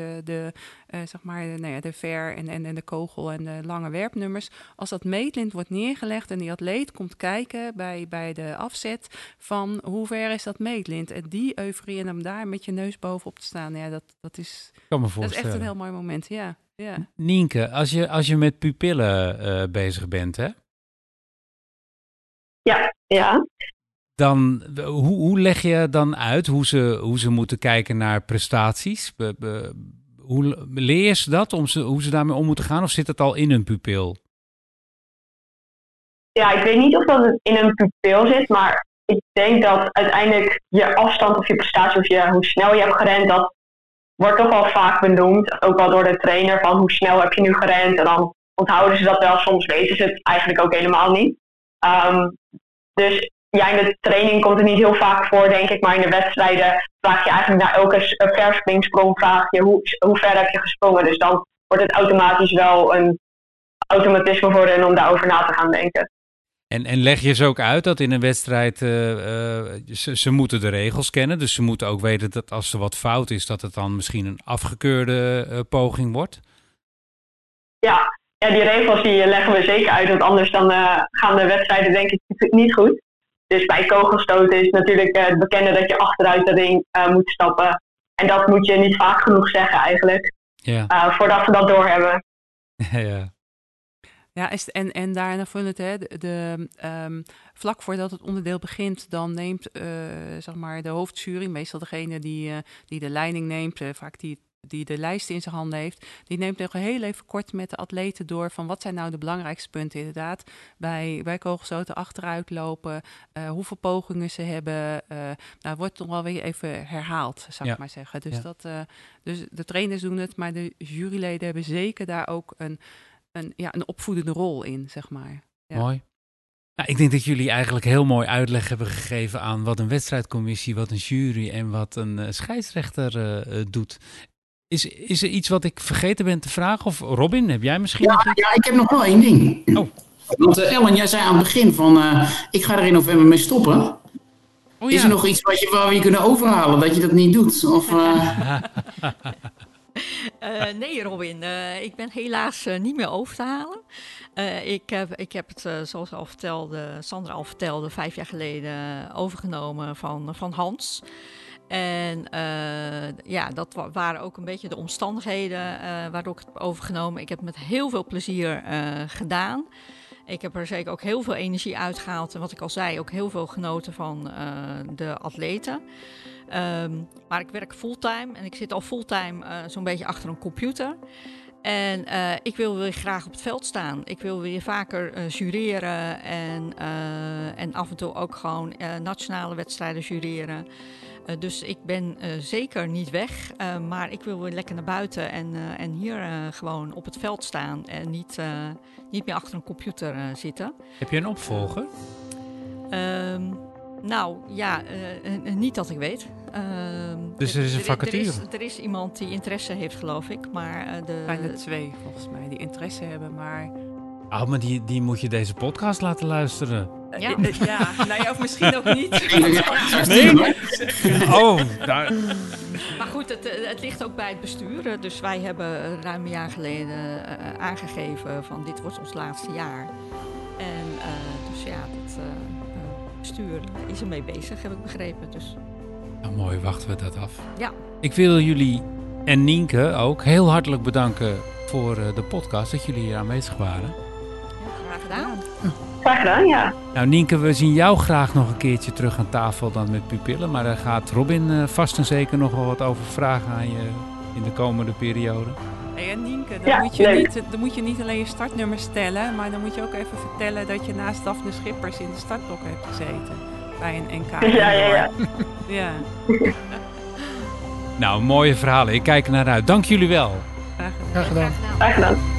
de ver en de kogel en de lange werpnummers. Als dat meetlint wordt neergelegd en die atleet komt kijken bij de afzet van hoe ver is dat meetlint. En die euforie en hem daar met je neus bovenop te staan. Ja, dat is Kan me echt voorstellen. een heel mooi moment. Ja. Nienke, als je met pupillen bezig bent, hè? Ja. Dan, hoe leg je dan uit hoe ze moeten kijken naar prestaties? Hoe leer je ze dat, hoe ze daarmee om moeten gaan? Of zit het al in hun pupil? Ja, ik weet niet of dat in een pupil zit, maar ik denk dat uiteindelijk je afstand of je prestatie of hoe snel je hebt gerend, dat wordt toch wel vaak benoemd. Ook wel door de trainer van hoe snel heb je nu gerend. En dan onthouden ze dat wel. Soms weten ze het eigenlijk ook helemaal niet. Dus in de training komt het niet heel vaak voor, denk ik. Maar in de wedstrijden vraag je eigenlijk na elke verspringsprong vraag je hoe ver heb je gesprongen. Dus dan wordt het automatisch wel een automatisme voor hen om daarover na te gaan denken. En leg je ze ook uit dat in een wedstrijd, ze moeten de regels kennen. Dus ze moeten ook weten dat als er wat fout is, dat het dan misschien een afgekeurde poging wordt? Ja, die regels die leggen we zeker uit. Want anders dan gaan de wedstrijden denk ik niet goed. Dus bij kogelstoten is natuurlijk het bekende dat je achteruit de ring moet stappen. En dat moet je niet vaak genoeg zeggen eigenlijk. Ja. Voordat we dat doorhebben. Ja. Ja, en daarna vond het, vlak voordat het onderdeel begint, dan neemt zeg maar de hoofdjury, meestal degene die de leiding neemt, vaak die de lijst in zijn handen heeft, die neemt nog heel even kort met de atleten door van wat zijn nou de belangrijkste punten inderdaad bij kogelstoten achteruit lopen, hoeveel pogingen ze hebben, nou wordt nog wel weer even herhaald, zou ik maar zeggen. Dus, dus de trainers doen het, maar de juryleden hebben zeker daar ook een opvoedende rol in, zeg maar. Ja. Mooi. Nou, ik denk dat jullie eigenlijk heel mooi uitleg hebben gegeven aan wat een wedstrijdcommissie, wat een jury en wat een scheidsrechter doet. Is er iets wat ik vergeten ben te vragen? Of Robin, heb jij misschien nog iets? Ja, ik heb nog wel één ding. Oh. Want Ellen, jij zei aan het begin van, ik ga er in november mee stoppen. Oh, Is er nog iets waar we je kunnen overhalen dat je dat niet doet? Of, Nee, Robin, ik ben helaas niet meer over te halen. Ik heb het, zoals Sandra al vertelde, 5 jaar geleden overgenomen van Hans. En dat waren ook een beetje de omstandigheden waardoor ik het heb overgenomen. Ik heb het met heel veel plezier gedaan. Ik heb er zeker ook heel veel energie uitgehaald. En wat ik al zei, ook heel veel genoten van de atleten. Maar ik werk fulltime en ik zit al fulltime zo'n beetje achter een computer. En ik wil weer graag op het veld staan. Ik wil weer vaker jureren en af en toe ook gewoon nationale wedstrijden jureren. Dus ik ben zeker niet weg, maar ik wil weer lekker naar buiten en hier gewoon op het veld staan en niet meer achter een computer zitten. Heb je een opvolger? Niet dat ik weet. Dus er is een vacature? Er is iemand die interesse heeft, geloof ik. Maar er zijn er 2 volgens mij die interesse hebben, maar... Oh, maar die moet je deze podcast laten luisteren. Ja, of misschien ook niet. Nee? Oh, nou... Maar goed, het ligt ook bij het bestuur. Dus wij hebben ruim een jaar geleden aangegeven van dit wordt ons laatste jaar. En het bestuur is ermee bezig, heb ik begrepen. Dus. Nou, mooi, wachten we dat af. Ja. Ik wil jullie en Nienke ook heel hartelijk bedanken voor de podcast, dat jullie hier aanwezig waren. Ja, graag gedaan. Graag gedaan, ja. Nou Nienke, we zien jou graag nog een keertje terug aan tafel dan met pupillen. Maar daar gaat Robin vast en zeker nog wel wat over vragen aan je in de komende periode. Hey, en Nienke, dan moet je niet alleen je startnummer stellen, maar dan moet je ook even vertellen dat je naast Daphne Schippers in de startblok hebt gezeten. Bij een NK. Ja. Nou, mooie verhalen. Ik kijk er naar uit. Dank jullie wel. Graag gedaan. Graag gedaan.